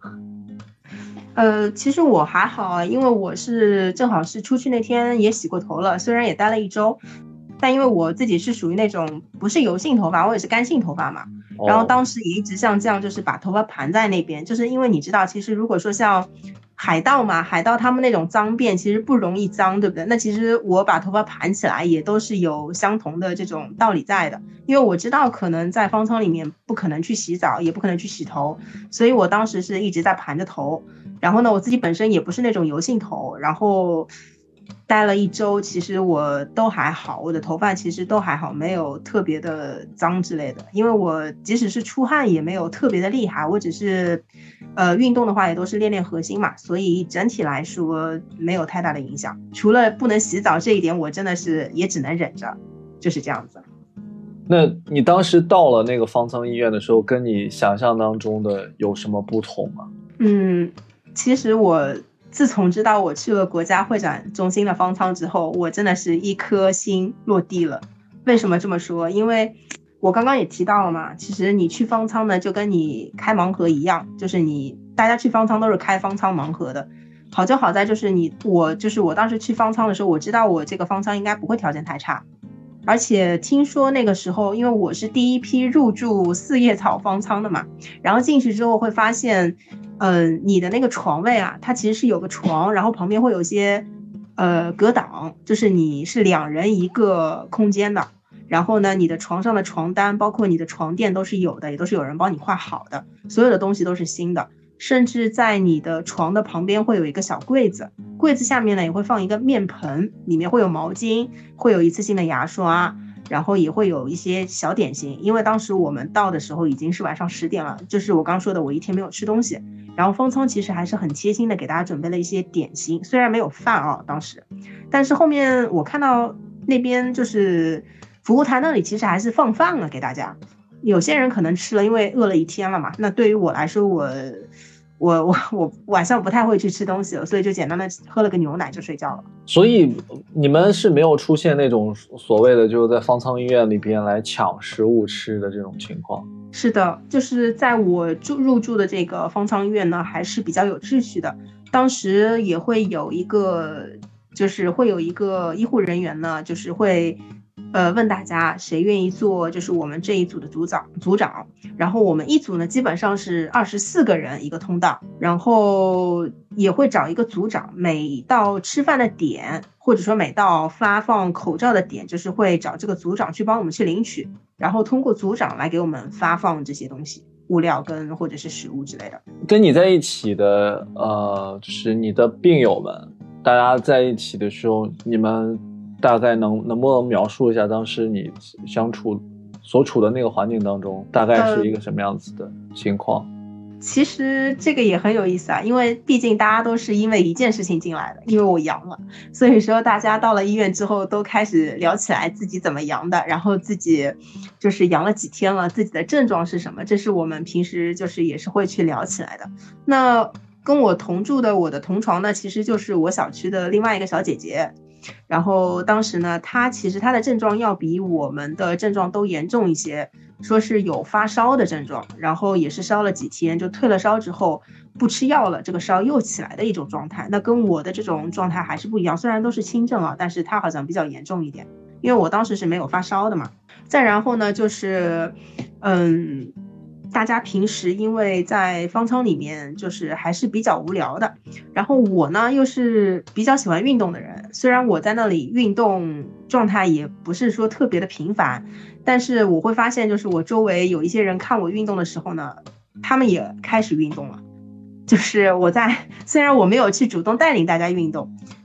其实我还好，因为我是正好是出去那天也洗过头了，虽然也待了1周，但因为我自己是属于那种不是油性头发，我也是干性头发嘛。然后当时也一直像这样，就是把头发盘在那边，就是因为你知道，其实如果说像海盗嘛，海盗他们那种脏辫其实不容易脏，对不对？那其实我把头发盘起来也都是有相同的这种道理在的，因为我知道可能在方舱里面不可能去洗澡，也不可能去洗头，所以我当时是一直在盘着头。然后呢，我自己本身也不是那种油性头，然后待了1周，其实我都还好，我的头发其实都还好，没有特别的脏之类的。因为我即使是出汗也没有特别的厉害，我只是运动的话也都是练练核心嘛，所以整体来说没有太大的影响。除了不能洗澡这一点，我真的是也只能忍着，就是这样子。 那你当时到了那个方舱医院的时候，跟你想象当中的有什么不同吗？ 其实我自从知道我去了国家会展中心的方舱之后，我真的是一颗心落地了。为什么这么说？因为我刚刚也提到了嘛，其实你去方舱呢，就跟你开盲盒一样，就是大家去方舱都是开方舱盲盒的。好就好在就是我当时去方舱的时候，我知道我这个方舱应该不会条件太差。而且听说那个时候，因为我是第一批入住4叶草方舱的嘛，然后进去之后会发现，你的那个床位啊，它其实是有个床，然后旁边会有一些隔挡，就是你是2人一个空间的。然后呢，你的床上的床单，包括你的床垫都是有的，也都是有人帮你换好的，所有的东西都是新的。甚至在你的床的旁边会有一个小柜子，柜子下面呢也会放一个面盆，里面会有毛巾，会有一次性的牙刷，然后也会有一些小点心。因为当时我们到的时候已经是晚上10点了，就是我刚说的我一天没有吃东西，然后方舱其实还是很贴心的给大家准备了一些点心，虽然没有饭啊当时，但是后面我看到那边就是服务台那里其实还是放饭了给大家。有些人可能吃了，因为饿了一天了嘛。那对于我来说，我晚上不太会去吃东西了，所以就简单的喝了个牛奶就睡觉了。 所以你们是没有出现那种所谓的就是在方舱医院里边来抢食物吃的这种情况？ 是的，就是在我入住的这个方舱医院呢，还是比较有秩序的。当时也会有一个，就是会有一个医护人员呢，就是会问大家谁愿意做就是我们这一组的组长。然后我们一组呢基本上是24个人一个通道，然后也会找一个组长，每到吃饭的点或者说每到发放口罩的点，就是会找这个组长去帮我们去领取，然后通过组长来给我们发放这些东西，物料跟或者是食物之类的。 跟你在一起的就是你的病友们，大家在一起的时候，你们大概能不能描述一下当时你所处的那个环境当中大概是一个什么样子的情况？ 其实这个也很有意思啊，因为毕竟大家都是因为一件事情进来的，因为我阳了，所以说大家到了医院之后都开始聊起来自己怎么阳的，然后自己就是阳了几天了，自己的症状是什么，这是我们平时就是也是会去聊起来的。那跟我同住的我的同床呢，其实就是我小区的另外一个小姐姐。然后当时呢，其实她的症状要比我们的症状都严重一些，说是有发烧的症状，然后也是烧了几天，就退了烧之后不吃药了，这个烧又起来的一种状态。那跟我的这种状态还是不一样，虽然都是轻症啊，但是她好像比较严重一点，因为我当时是没有发烧的嘛。再然后呢，就是大家平时因为在方舱里面就是还是比较无聊的，然后我呢又是比较喜欢运动的人，虽然我在那里运动状态也不是说特别的频繁，但是我会发现就是我周围有一些人看我运动的时候呢，他们也开始运动了。就是虽然我没有去主动带领大家运动，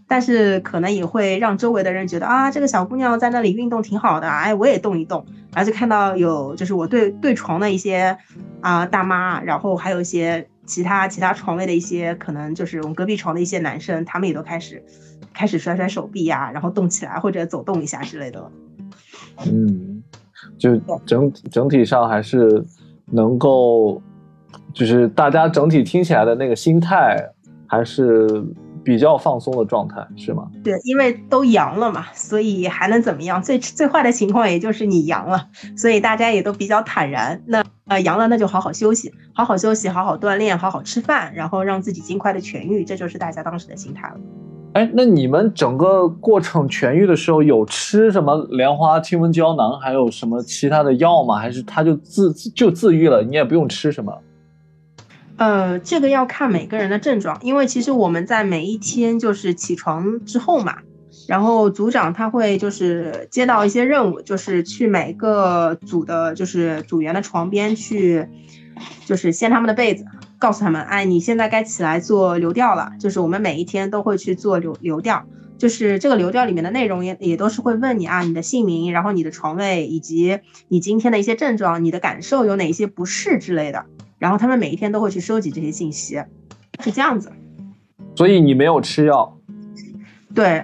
但是可能也会让周围的人觉得啊，这个小姑娘在那里运动挺好的，哎，我也动一动。然后就看到有就是我对床的一些大妈，然后还有一些其他床位的一些可能就是我们隔壁床的一些男生，他们也都开始甩甩手臂呀，然后动起来或者走动一下之类的。 就整体上还是能够，就是大家整体听起来的那个心态还是比较放松的状态，是吗？ 对，因为都阳了嘛，所以还能怎么样？最坏的情况也就是你阳了，所以大家也都比较坦然。那阳了，那就好好休息，好好休息，好好锻炼，好好吃饭，然后让自己尽快的痊愈，这就是大家当时的心态了。 哎，那你们整个过程痊愈的时候有吃什么莲花清瘟胶囊，还有什么其他的药吗？还是它就自愈了，你也不用吃什么？ 这个要看每个人的症状，因为其实我们在每一天就是起床之后嘛，然后组长他会就是接到一些任务，就是去每个组的就是组员的床边去，就是掀他们的被子，告诉他们，哎，你现在该起来做流调了。就是我们每一天都会去做流调，就是这个流调里面的内容也都是会问你啊，你的姓名，然后你的床位，以及你今天的一些症状，你的感受有哪些不适之类的。然后他们每一天都会去收集这些信息，是这样子。 所以你没有吃药？ 对，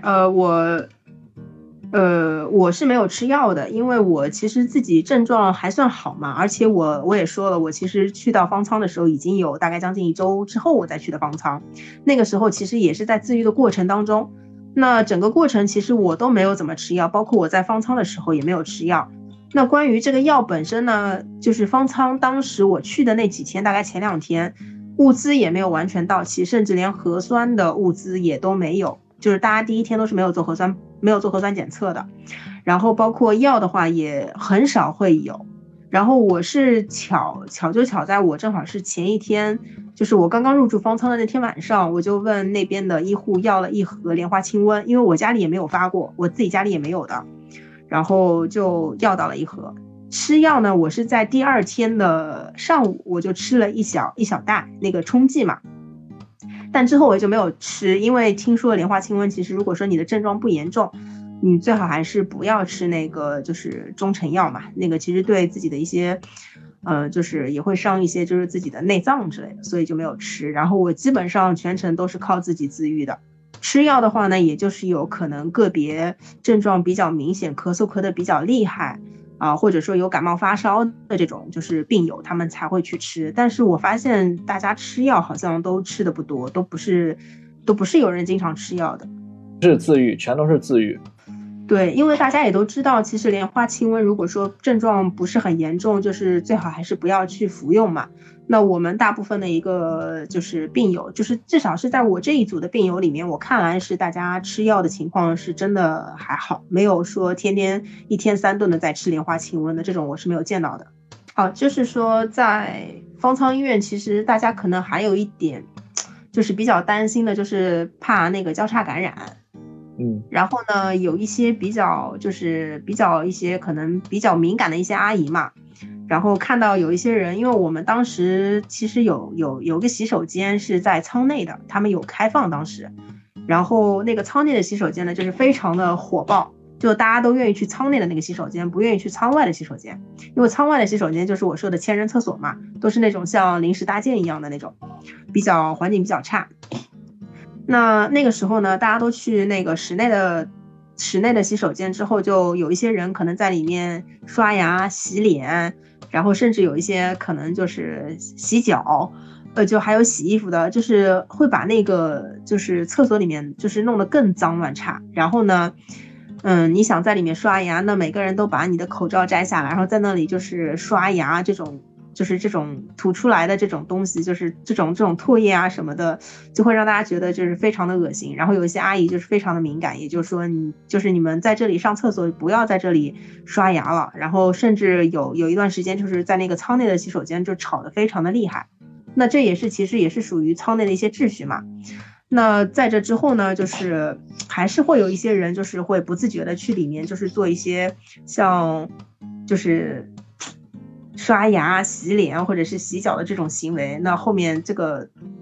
我是没有吃药的，因为我其实自己症状还算好嘛，而且我也说了，我其实去到方舱的时候已经有大概将近1周之后我再去的方舱，那个时候其实也是在自愈的过程当中，那整个过程其实我都没有怎么吃药，包括我在方舱的时候也没有吃药。那关于这个药本身呢，就是方舱当时我去的那几天，大概前2天，物资也没有完全到齐，甚至连核酸的物资也都没有，就是大家第一天都是没有做核酸检测的，然后包括药的话也很少会有。然后我是巧在我正好是前一天，就是我刚刚入住方舱的那天晚上，我就问那边的医护要了1盒莲花清瘟，因为我家里也没有发过，我自己家里也没有的。然后就要到了1盒。吃药呢，我是在第2天的上午我就吃了一小袋那个冲剂嘛，但之后我就没有吃，因为听说莲花清瘟其实如果说你的症状不严重，你最好还是不要吃那个就是中成药嘛，那个其实对自己的一些就是也会伤一些就是自己的内脏之类的，所以就没有吃。然后我基本上全程都是靠自己自愈的。吃药的话呢，也就是有可能个别症状比较明显，咳嗽咳得比较厉害或者说有感冒发烧的这种就是病友，他们才会去吃。但是我发现大家吃药好像都吃的不多，都不是有人经常吃药的， 是自愈，全都是自愈。 对，因为大家也都知道，其实莲花清瘟如果说症状不是很严重，就是最好还是不要去服用嘛。那我们大部分的一个就是病友，就是至少是在我这一组的病友里面，我看来是大家吃药的情况是真的还好，没有说天天1天3顿的在吃莲花清瘟的这种，我是没有见到的。就是说在方舱医院，其实大家可能还有一点就是比较担心的，就是怕那个交叉感染。然后呢，有一些比较一些可能比较敏感的一些阿姨嘛，然后看到有一些人，因为我们当时其实有个洗手间是在舱内的，他们有开放当时，然后那个舱内的洗手间呢，就是非常的火爆，就大家都愿意去舱内的那个洗手间，不愿意去舱外的洗手间，因为舱外的洗手间就是我说的千人厕所嘛，都是那种像临时搭建一样的那种，环境比较差。那个时候呢，大家都去那个室内的洗手间之后，就有一些人可能在里面刷牙、洗脸，然后甚至有一些可能就是洗脚，就还有洗衣服的，就是会把那个就是厕所里面就是弄得更脏乱差。然后呢，你想在里面刷牙，那每个人都把你的口罩摘下来，然后在那里就是刷牙这种。就是这种吐出来的这种东西，就是这种唾液啊什么的，就会让大家觉得就是非常的恶心。然后有一些阿姨就是非常的敏感，也就是说你们在这里上厕所不要在这里刷牙了。然后甚至有一段时间就是在那个舱内的洗手间就吵得非常的厉害。那这其实也是属于舱内的一些秩序嘛。那在这之后呢，就是还是会有一些人就是会不自觉的去里面就是做一些像就是刷牙、洗脸或者是洗脚的这种行为，那后面这个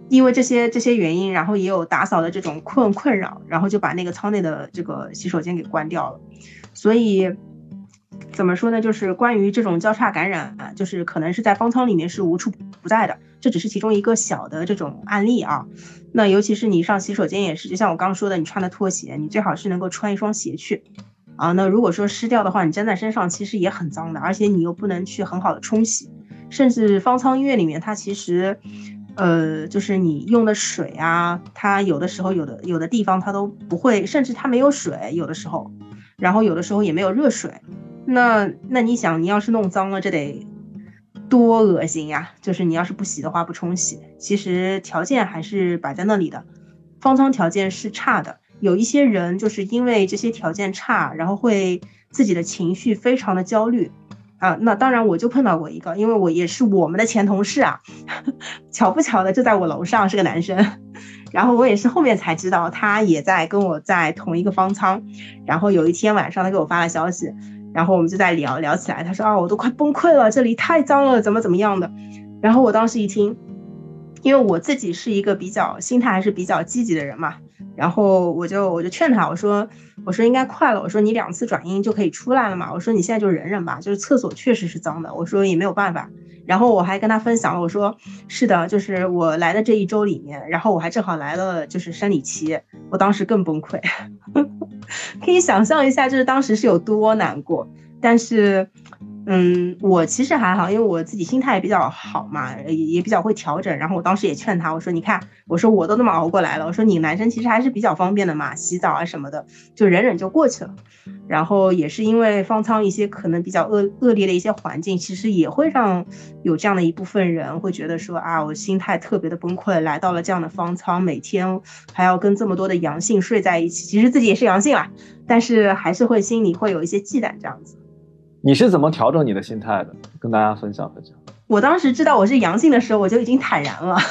因为这些原因，然后也有打扫的这种困扰，然后就把那个舱内的这个洗手间给关掉了。所以怎么说呢，就是关于这种交叉感染就是可能是在方舱里面是无处不在的，这只是其中一个小的这种案例啊。那尤其是你上洗手间也是，就像我刚刚说的，你穿的拖鞋，你最好是能够穿一双鞋去啊。那如果说湿掉的话，你粘在身上其实也很脏的，而且你又不能去很好的冲洗，甚至方舱医院里面它其实就是你用的水啊，它有的时候有的地方它都不会，甚至它没有水有的时候，然后有的时候也没有热水。那你想，你要是弄脏了，这得多恶心呀！就是你要是不洗的话，不冲洗，其实条件还是摆在那里的，方舱条件是差的。有一些人就是因为这些条件差，然后会自己的情绪非常的焦虑啊。那当然我就碰到过一个，因为我也是我们的前同事啊，巧不巧的就在我楼上，是个男生。然后我也是后面才知道，他也在跟我在同一个方舱。然后有一天晚上，他给我发了消息，然后我们就在聊起来。他说：“啊，我都快崩溃了，这里太脏了，怎么样的。”然后我当时一听，因为我自己是一个心态还是比较积极的人嘛，然后我就劝他，我说应该快了，我说你2次转阴就可以出来了嘛，我说你现在就忍忍吧，就是厕所确实是脏的，我说也没有办法。然后我还跟他分享了，我说是的，就是我来的这1周里面，然后我还正好来了就是生理期，我当时更崩溃。可以想象一下就是当时是有多难过。但是我其实还好，因为我自己心态比较好嘛，也比较会调整。然后我当时也劝他，我说你看，我说我都那么熬过来了，我说你男生其实还是比较方便的嘛，洗澡啊什么的，就忍忍就过去了。然后也是因为方舱一些可能比较恶劣的一些环境，其实也会让有这样的一部分人会觉得说啊，我心态特别的崩溃，来到了这样的方舱，每天还要跟这么多的阳性睡在一起，其实自己也是阳性啦，但是还是会心里会有一些忌惮这样子。 你是怎么调整你的心态的？跟大家分享。 我当时知道我是阳性的时候，我就已经坦然了。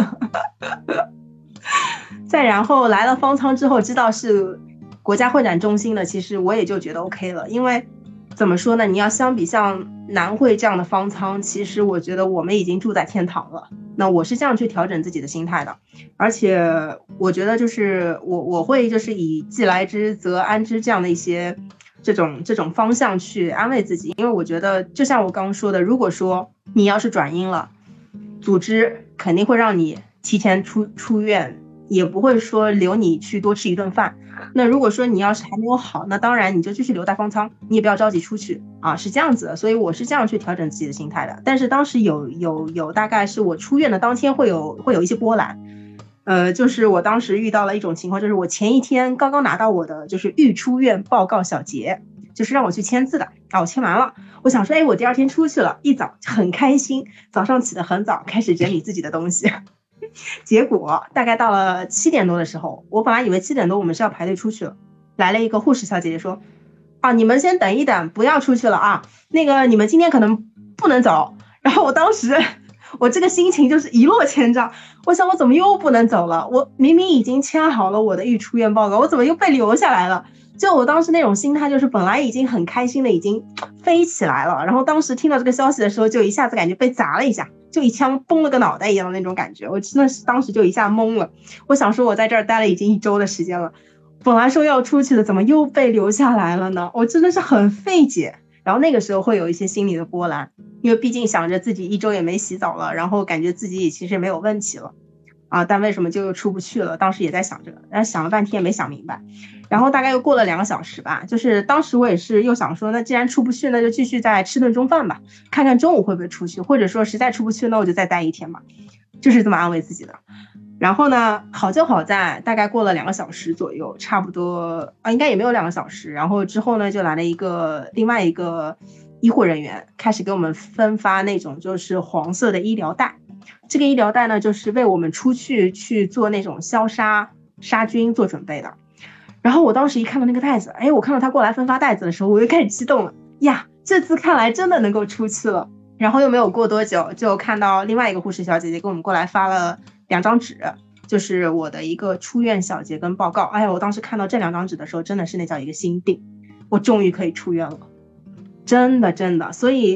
再然后来了方舱之后，知道是国家会展中心的，其实我也就觉得 OK 了。因为怎么说呢，你要相比像南汇这样的方舱，其实我觉得我们已经住在天堂了。那我是这样去调整自己的心态的，而且我觉得就是我会就是以既来之则安之这样的一些这种方向去安慰自己。因为我觉得就像我刚刚说的，如果说你要是转阴了，组织肯定会让你提前出院，也不会说留你去多吃一顿饭。那如果说你要是还没有好，那当然你就继续留在方舱，你也不要着急出去啊，是这样子的。所以我是这样去调整自己的心态的。但是当时有大概是我出院的当天会有一些波澜。就是我当时遇到了一种情况，就是我前一天刚刚拿到我的就是预出院报告小结，就是让我去签字的啊，我签完了，我想说，我第2天出去了，一早很开心，早上起得很早，开始整理自己的东西。结果大概到了7点多的时候，我本来以为7点多我们是要排队出去了，来了一个护士小姐姐说，啊，你们先等一等，不要出去了啊，那个你们今天可能不能走。然后我当时我这个心情就是一落千丈，我想我怎么又不能走了？我明明已经签好了我的预出院报告，我怎么又被留下来了？就我当时那种心态，就是本来已经很开心的，已经飞起来了，然后当时听到这个消息的时候，就一下子感觉被砸了一下，就一枪崩了个脑袋一样的那种感觉，我真的是当时就一下懵了。我想说我在这儿待了已经1周的时间了，本来说要出去的，怎么又被留下来了呢？我真的是很费解。然后那个时候会有一些心理的波澜，因为毕竟想着自己1周也没洗澡了，然后感觉自己也其实没有问题了啊，但为什么就又出不去了？当时也在想这个，但是想了半天也没想明白。然后大概又过了2个小时吧，就是当时我也是又想说，那既然出不去，那就继续再吃顿中饭吧，看看中午会不会出去，或者说实在出不去，那我就再待1天吧，就是这么安慰自己的。然后呢，好就好在大概过了2个小时左右，差不多应该也没有2个小时。然后之后呢，就来了另外一个医护人员，开始给我们分发那种就是黄色的医疗袋。这个医疗袋呢，就是为我们出去做那种消杀菌做准备的。然后我当时一看到那个袋子，我看到他过来分发袋子的时候，我又开始激动了呀！这次看来真的能够出去了。然后又没有过多久，就看到另外一个护士小姐姐给我们过来发了2张纸，就是我的一个出院小结跟报告。我当时看到这2张纸的时候，真的是那叫一个心定，我终于可以出院了，真的。所以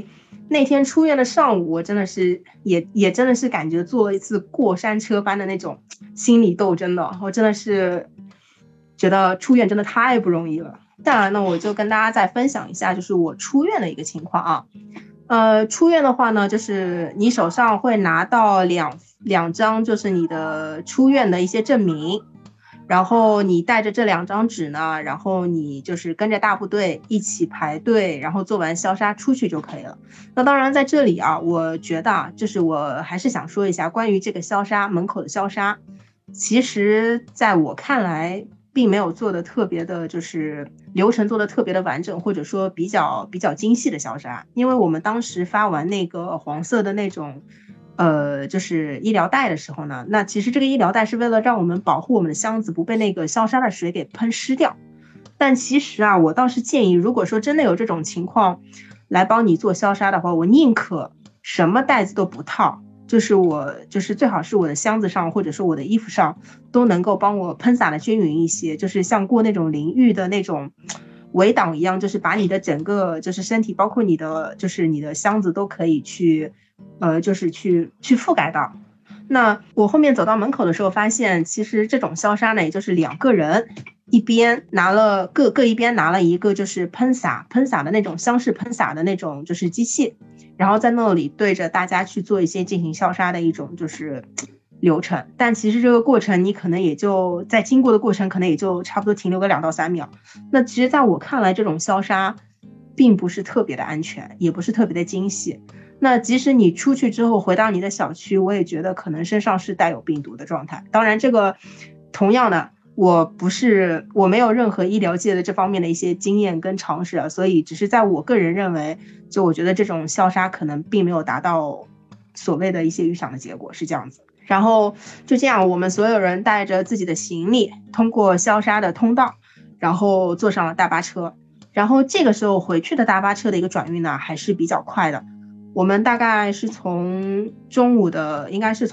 那天出院的上午，我真的是也真的是感觉坐了一次过山车般的那种心理斗争的，我真的是觉得出院真的太不容易了。当然呢，我就跟大家再分享一下，就是我出院的一个情况啊。出院的话呢，就是你手上会拿到两张，就是你的出院的一些证明。然后你带着这2张纸呢，然后你就是跟着大部队一起排队，然后做完消杀出去就可以了。那当然在这里啊，我觉得啊，就是我还是想说一下关于这个消杀门口的消杀，其实在我看来并没有做的特别的，就是流程做的特别的完整，或者说比较精细的消杀。因为我们当时发完那个黄色的那种就是医疗袋的时候呢，那其实这个医疗袋是为了让我们保护我们的箱子不被那个消杀的水给喷湿掉。但其实啊，我倒是建议，如果说真的有这种情况来帮你做消杀的话，我宁可什么袋子都不套，就是最好是我的箱子上或者说我的衣服上都能够帮我喷洒的均匀一些，就是像过那种淋浴的那种围挡一样，就是把你的整个就是身体包括你的就是你的箱子都可以去就是去覆盖到。那我后面走到门口的时候发现，其实这种消杀呢，也就是2个人一边拿了各一边拿了一个就是喷洒的那种箱式喷洒的那种就是机器，然后在那里对着大家去做一些进行消杀的一种就是流程。但其实这个过程你可能也就在经过的过程可能也就差不多停留个2到3秒。那其实在我看来，这种消杀并不是特别的安全，也不是特别的精细。那即使你出去之后回到你的小区，我也觉得可能身上是带有病毒的状态。当然这个同样的，我没有任何医疗界的这方面的一些经验跟常识啊，所以只是在我个人认为，就我觉得这种消杀可能并没有达到所谓的一些预想的结果，是这样子。然后就这样，我们所有人带着自己的行李通过消杀的通道，然后坐上了大巴车。然后这个时候回去的大巴车的一个转运呢还是比较快的，我们大概是从中午的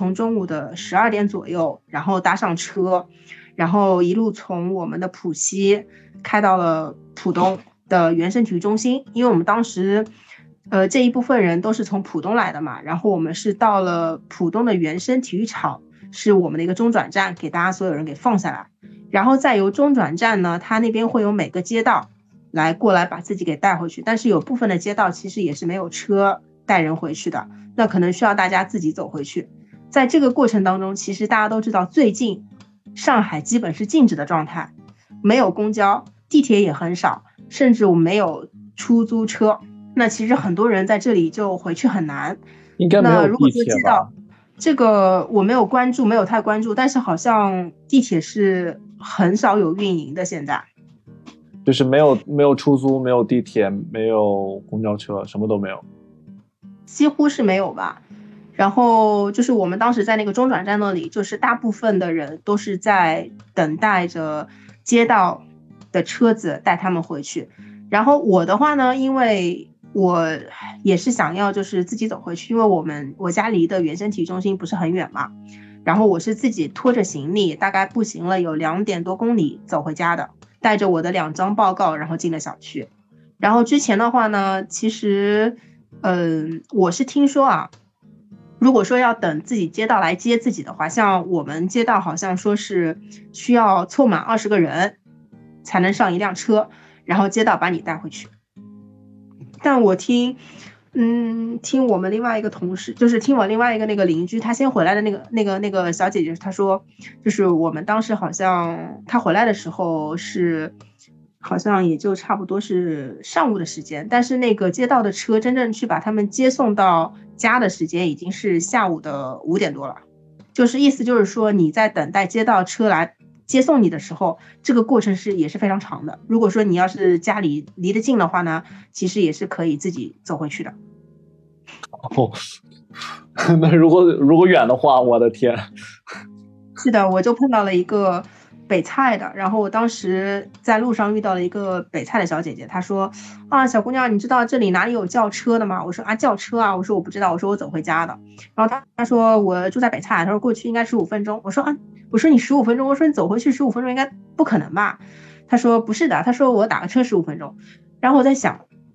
12点左右，然后搭上车，然后一路从我们的浦西开到了浦东的原生体育中心。因为我们当时这一部分人都是从浦东来的嘛，然后我们是到了浦东的原生体育场，是我们的一个中转站，给大家所有人给放下来，然后再由中转站呢，他那边会有每个街道过来把自己给带回去。但是有部分的街道其实也是没有车带人回去的，那可能需要大家自己走回去。在这个过程当中，其实大家都知道，最近上海基本是静止的状态，没有公交，地铁也很少，甚至我没有出租车。那其实很多人在这里就回去很难。 应该没有地铁吧？ 这个我没有太关注，但是好像地铁是很少有运营的，现在就是没有出租，没有地铁，没有公交车，什么都没有， 几乎是没有吧。然后就是我们当时在那个中转站那里，就是大部分的人都是在等待着街道的车子带他们回去。然后我的话呢，因为我也是想要就是自己走回去，因为我家离的原生体育中心不是很远嘛，然后我是自己拖着行李，大概步行了有2点多公里走回家的，带着我的2张报告，然后进了小区。然后之前的话呢，其实我是听说啊，如果说要等自己街道来接自己的话，像我们街道好像说是需要凑满20个人才能上一辆车，然后街道把你带回去。但我听我们另外一个同事，就是听我另外一个那个邻居，他先回来的那个小姐姐，她说，就是我们当时好像她回来的时候是好像也就差不多是上午的时间，但是那个街道的车真正去把他们接送到家的时间已经是下午的5点多了。就是意思就是说，你在等待街道车来接送你的时候，这个过程也是非常长的。如果说你要是家里离得近的话呢，其实也是可以自己走回去的。 哦，那如果远的话，我的天！ 是的，我就碰到了一个北蔡的，然后我当时在路上遇到了一个北蔡的小姐姐，她说啊，小姑娘，你知道这里哪里有叫车的吗？我说啊，叫车啊，我说我不知道，我说我走回家的。然后她说我住在北蔡，她说过去应该15分钟。我说啊，我说你15分钟，我说你走回去15分钟应该不可能吧？她说不是的，她说我打个车15分钟。然后我在想，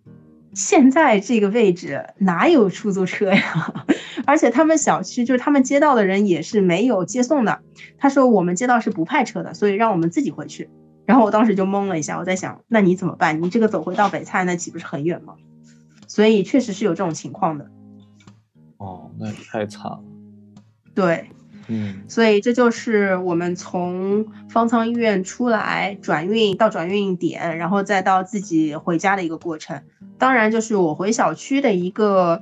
现在这个位置哪有出租车呀？而且他们小区就是他们街道的人也是没有接送的。他说我们街道是不派车的，所以让我们自己回去。然后我当时就懵了一下，我在想，那你怎么办？你这个走回到北蔡，那岂不是很远吗？所以确实是有这种情况的。 哦，那也太惨了。 对，所以这就是我们从方舱医院出来转运到转运点，然后再到自己回家的一个过程。当然，就是我回小区的一个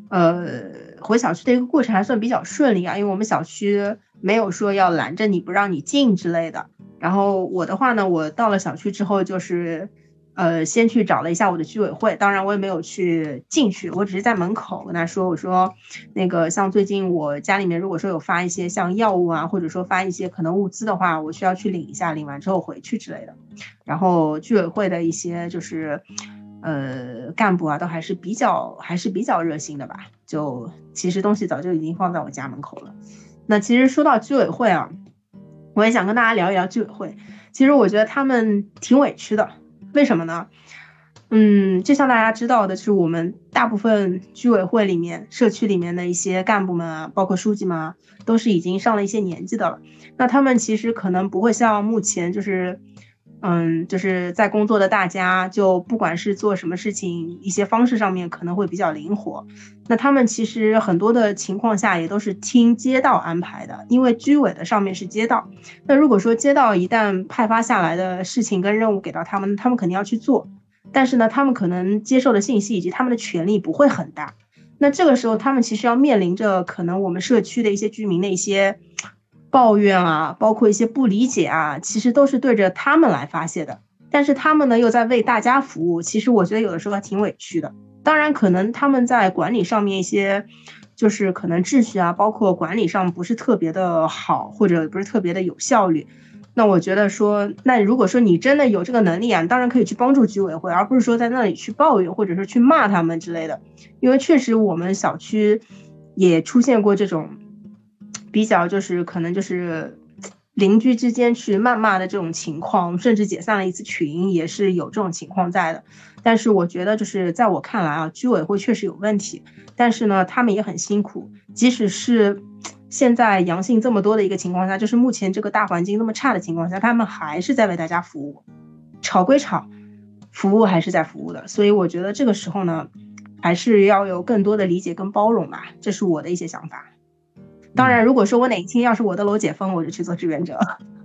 过程还算比较顺利啊，因为我们小区没有说要拦着你不让你进之类的。然后我的话呢，我到了小区之后就是先去找了一下我的居委会，当然我也没有去进去，我只是在门口跟他说，我说那个像最近我家里面如果说有发一些像药物啊，或者说发一些可能物资的话，我需要去领一下，领完之后回去之类的。然后居委会的一些就是干部啊，都还是比较热心的吧，就其实东西早就已经放在我家门口了。那其实说到居委会啊，我也想跟大家聊一聊居委会。其实我觉得他们挺委屈的，为什么呢？就像大家知道的，就是我们大部分居委会里面、社区里面的一些干部们啊，包括书记们啊，都是已经上了一些年纪的了。那他们其实可能不会像目前就是在工作的大家，就不管是做什么事情，一些方式上面可能会比较灵活。那他们其实很多的情况下也都是听街道安排的，因为居委的上面是街道。那如果说街道一旦派发下来的事情跟任务给到他们，他们肯定要去做。但是呢，他们可能接受的信息以及他们的权利不会很大。那这个时候，他们其实要面临着可能我们社区的一些居民的一些抱怨啊，包括一些不理解啊，其实都是对着他们来发泄的。但是他们呢，又在为大家服务，其实我觉得有的时候还挺委屈的。当然，可能他们在管理上面一些，就是可能秩序啊，包括管理上不是特别的好，或者不是特别的有效率。那我觉得说，那如果说你真的有这个能力啊，当然可以去帮助居委会，而不是说在那里去抱怨，或者是去骂他们之类的。因为确实我们小区也出现过这种比较就是可能就是邻居之间去谩骂的这种情况，甚至解散了一次群，也是有这种情况在的。但是我觉得就是在我看来啊，居委会确实有问题，但是呢，他们也很辛苦，即使是现在阳性这么多的一个情况下，就是目前这个大环境那么差的情况下，他们还是在为大家服务，吵归吵，服务还是在服务的。所以我觉得这个时候呢，还是要有更多的理解跟包容吧，这是我的一些想法。当然，如果说我哪一天要是我的楼解封，我就去做志愿者。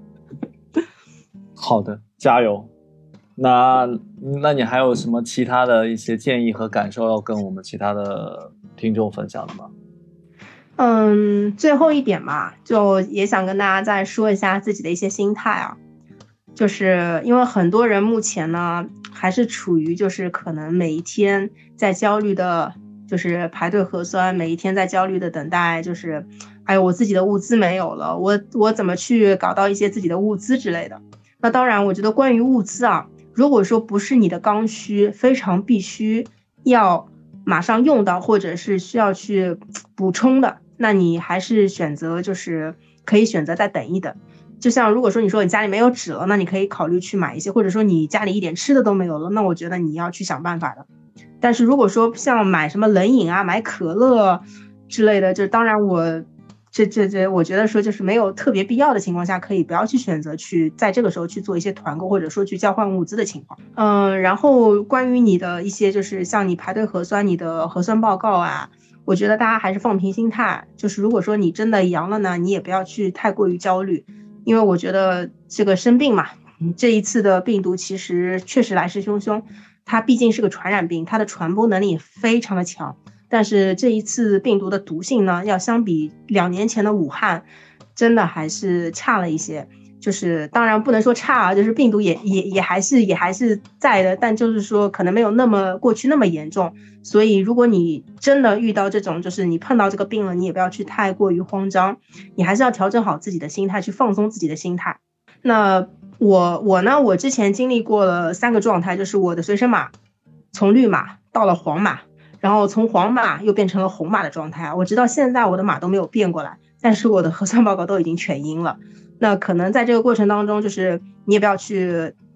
好的，加油。那你还有什么其他的一些建议和感受要跟我们其他的听众分享的吗？ 最后一点嘛，就也想跟大家再说一下自己的一些心态啊，就是因为很多人目前呢还是处于就是可能每一天在焦虑的，就是排队核酸，每一天在焦虑的等待，就是哎呦我自己的物资没有了，我怎么去搞到一些自己的物资之类的。那当然，我觉得关于物资啊，如果说不是你的刚需，非常必须要马上用到，或者是需要去补充的，那你还是选择就是可以选择再等一等。就像如果说你说你家里没有纸了，那你可以考虑去买一些，或者说你家里一点吃的都没有了，那我觉得你要去想办法的。但是如果说像买什么冷饮啊、买可乐之类的，就当然我觉得说就是没有特别必要的情况下，可以不要去选择去在这个时候去做一些团购，或者说去交换物资的情况。然后关于你的一些就是像你排队核酸，你的核酸报告啊，我觉得大家还是放平心态，就是如果说你真的阳了呢，你也不要去太过于焦虑，因为我觉得这个生病嘛，这一次的病毒其实确实来势汹汹，它毕竟是个传染病，它的传播能力也非常的强。但是这一次病毒的毒性呢，要相比2年前的武汉，真的还是差了一些。就是当然不能说差啊，就是病毒也还是在的，但就是说可能没有那么过去那么严重。所以如果你真的遇到这种，就是你碰到这个病了，你也不要去太过于慌张，你还是要调整好自己的心态，去放松自己的心态。那我呢，我之前经历过了3个状态，就是我的随身码从绿码到了黄码。然后从黄码又变成了红码的状态，我直到现在我的码都没有变过来，但是我的核酸报告都已经全阴了。那可能在这个过程当中，就是你也不要去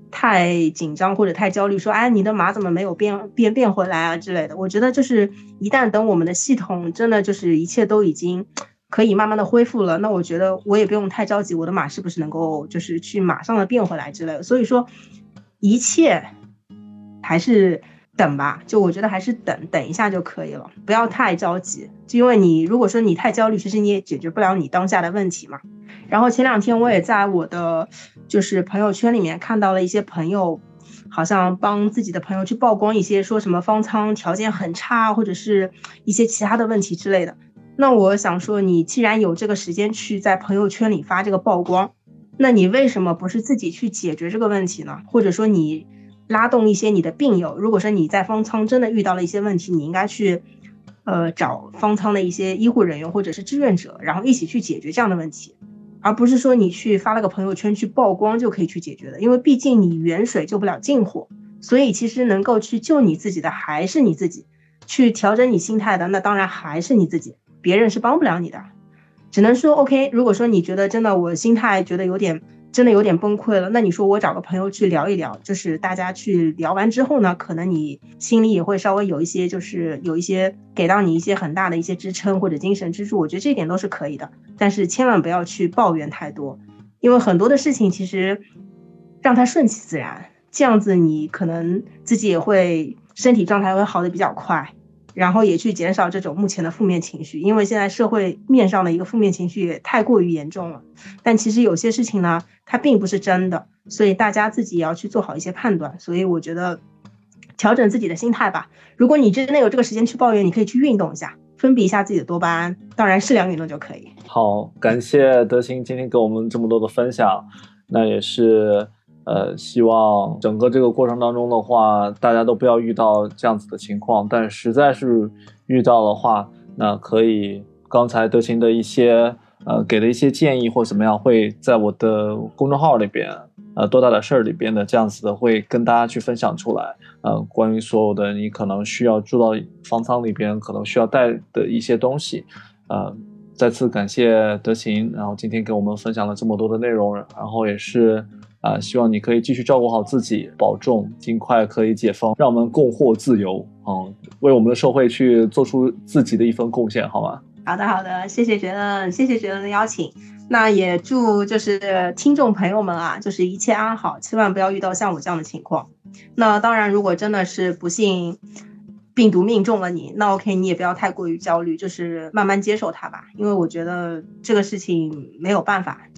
太紧张或者太焦虑，说哎你的码怎么没有变回来啊之类的。我觉得就是一旦等我们的系统真的就是一切都已经可以慢慢的恢复了，那我觉得我也不用太着急，我的码是不是能够就是去马上的变回来之类的。所以说一切还是等吧，就我觉得还是等一下就可以了，不要太着急。就因为你如果说你太焦虑，其实你也解决不了你当下的问题嘛。然后前2天我也在我的就是朋友圈里面看到了一些朋友，好像帮自己的朋友去曝光一些说什么方舱条件很差，或者是一些其他的问题之类的。那我想说，你既然有这个时间去在朋友圈里发这个曝光，那你为什么不是自己去解决这个问题呢？或者说你拉动一些你的病友，如果说你在方舱真的遇到了一些问题，你应该去找方舱的一些医护人员或者是志愿者，然后一起去解决这样的问题，而不是说你去发了个朋友圈去曝光就可以去解决的。因为毕竟你远水救不了近火，所以其实能够去救你自己的还是你自己，去调整你心态的那当然还是你自己，别人是帮不了你的。只能说 OK， 如果说你觉得真的我心态觉得真的有点崩溃了，那你说我找个朋友去聊一聊，就是大家去聊完之后呢，可能你心里也会稍微有一些，就是有一些给到你一些很大的一些支撑或者精神支柱，我觉得这一点都是可以的。但是千万不要去抱怨太多，因为很多的事情其实让它顺其自然，这样子你可能自己也会身体状态会好的比较快，然后也去减少这种目前的负面情绪。因为现在社会面上的一个负面情绪也太过于严重了，但其实有些事情呢它并不是真的，所以大家自己也要去做好一些判断。所以我觉得调整自己的心态吧，如果你真的有这个时间去抱怨，你可以去运动一下，分泌一下自己的多巴胺，当然适量运动就可以。 好，感谢德行今天给我们这么多的分享，那也是希望整个这个过程当中的话，大家都不要遇到这样子的情况，但实在是遇到的话，那可以刚才德行的一些给的一些建议或怎么样，会在我的公众号里边多大点事儿里边的这样子的会跟大家去分享出来，关于所有的你可能需要住到方舱里边可能需要带的一些东西，再次感谢德行，然后今天给我们分享了这么多的内容，然后也是希望你可以继续照顾好自己，保重，尽快可以解封，让我们共获自由，为我们的社会去做出自己的一份贡献，好吗？ 好的，谢谢觉得，谢谢觉得的邀请。那也祝就是听众朋友们啊，就是一切安好，千万不要遇到像我这样的情况。那当然，如果真的是不幸病毒命中了你，那 OK， 你也不要太过于焦虑，就是慢慢接受它吧，因为我觉得这个事情没有办法。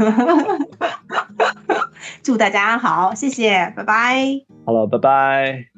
祝大家安好，谢谢，拜拜。 好了，拜拜。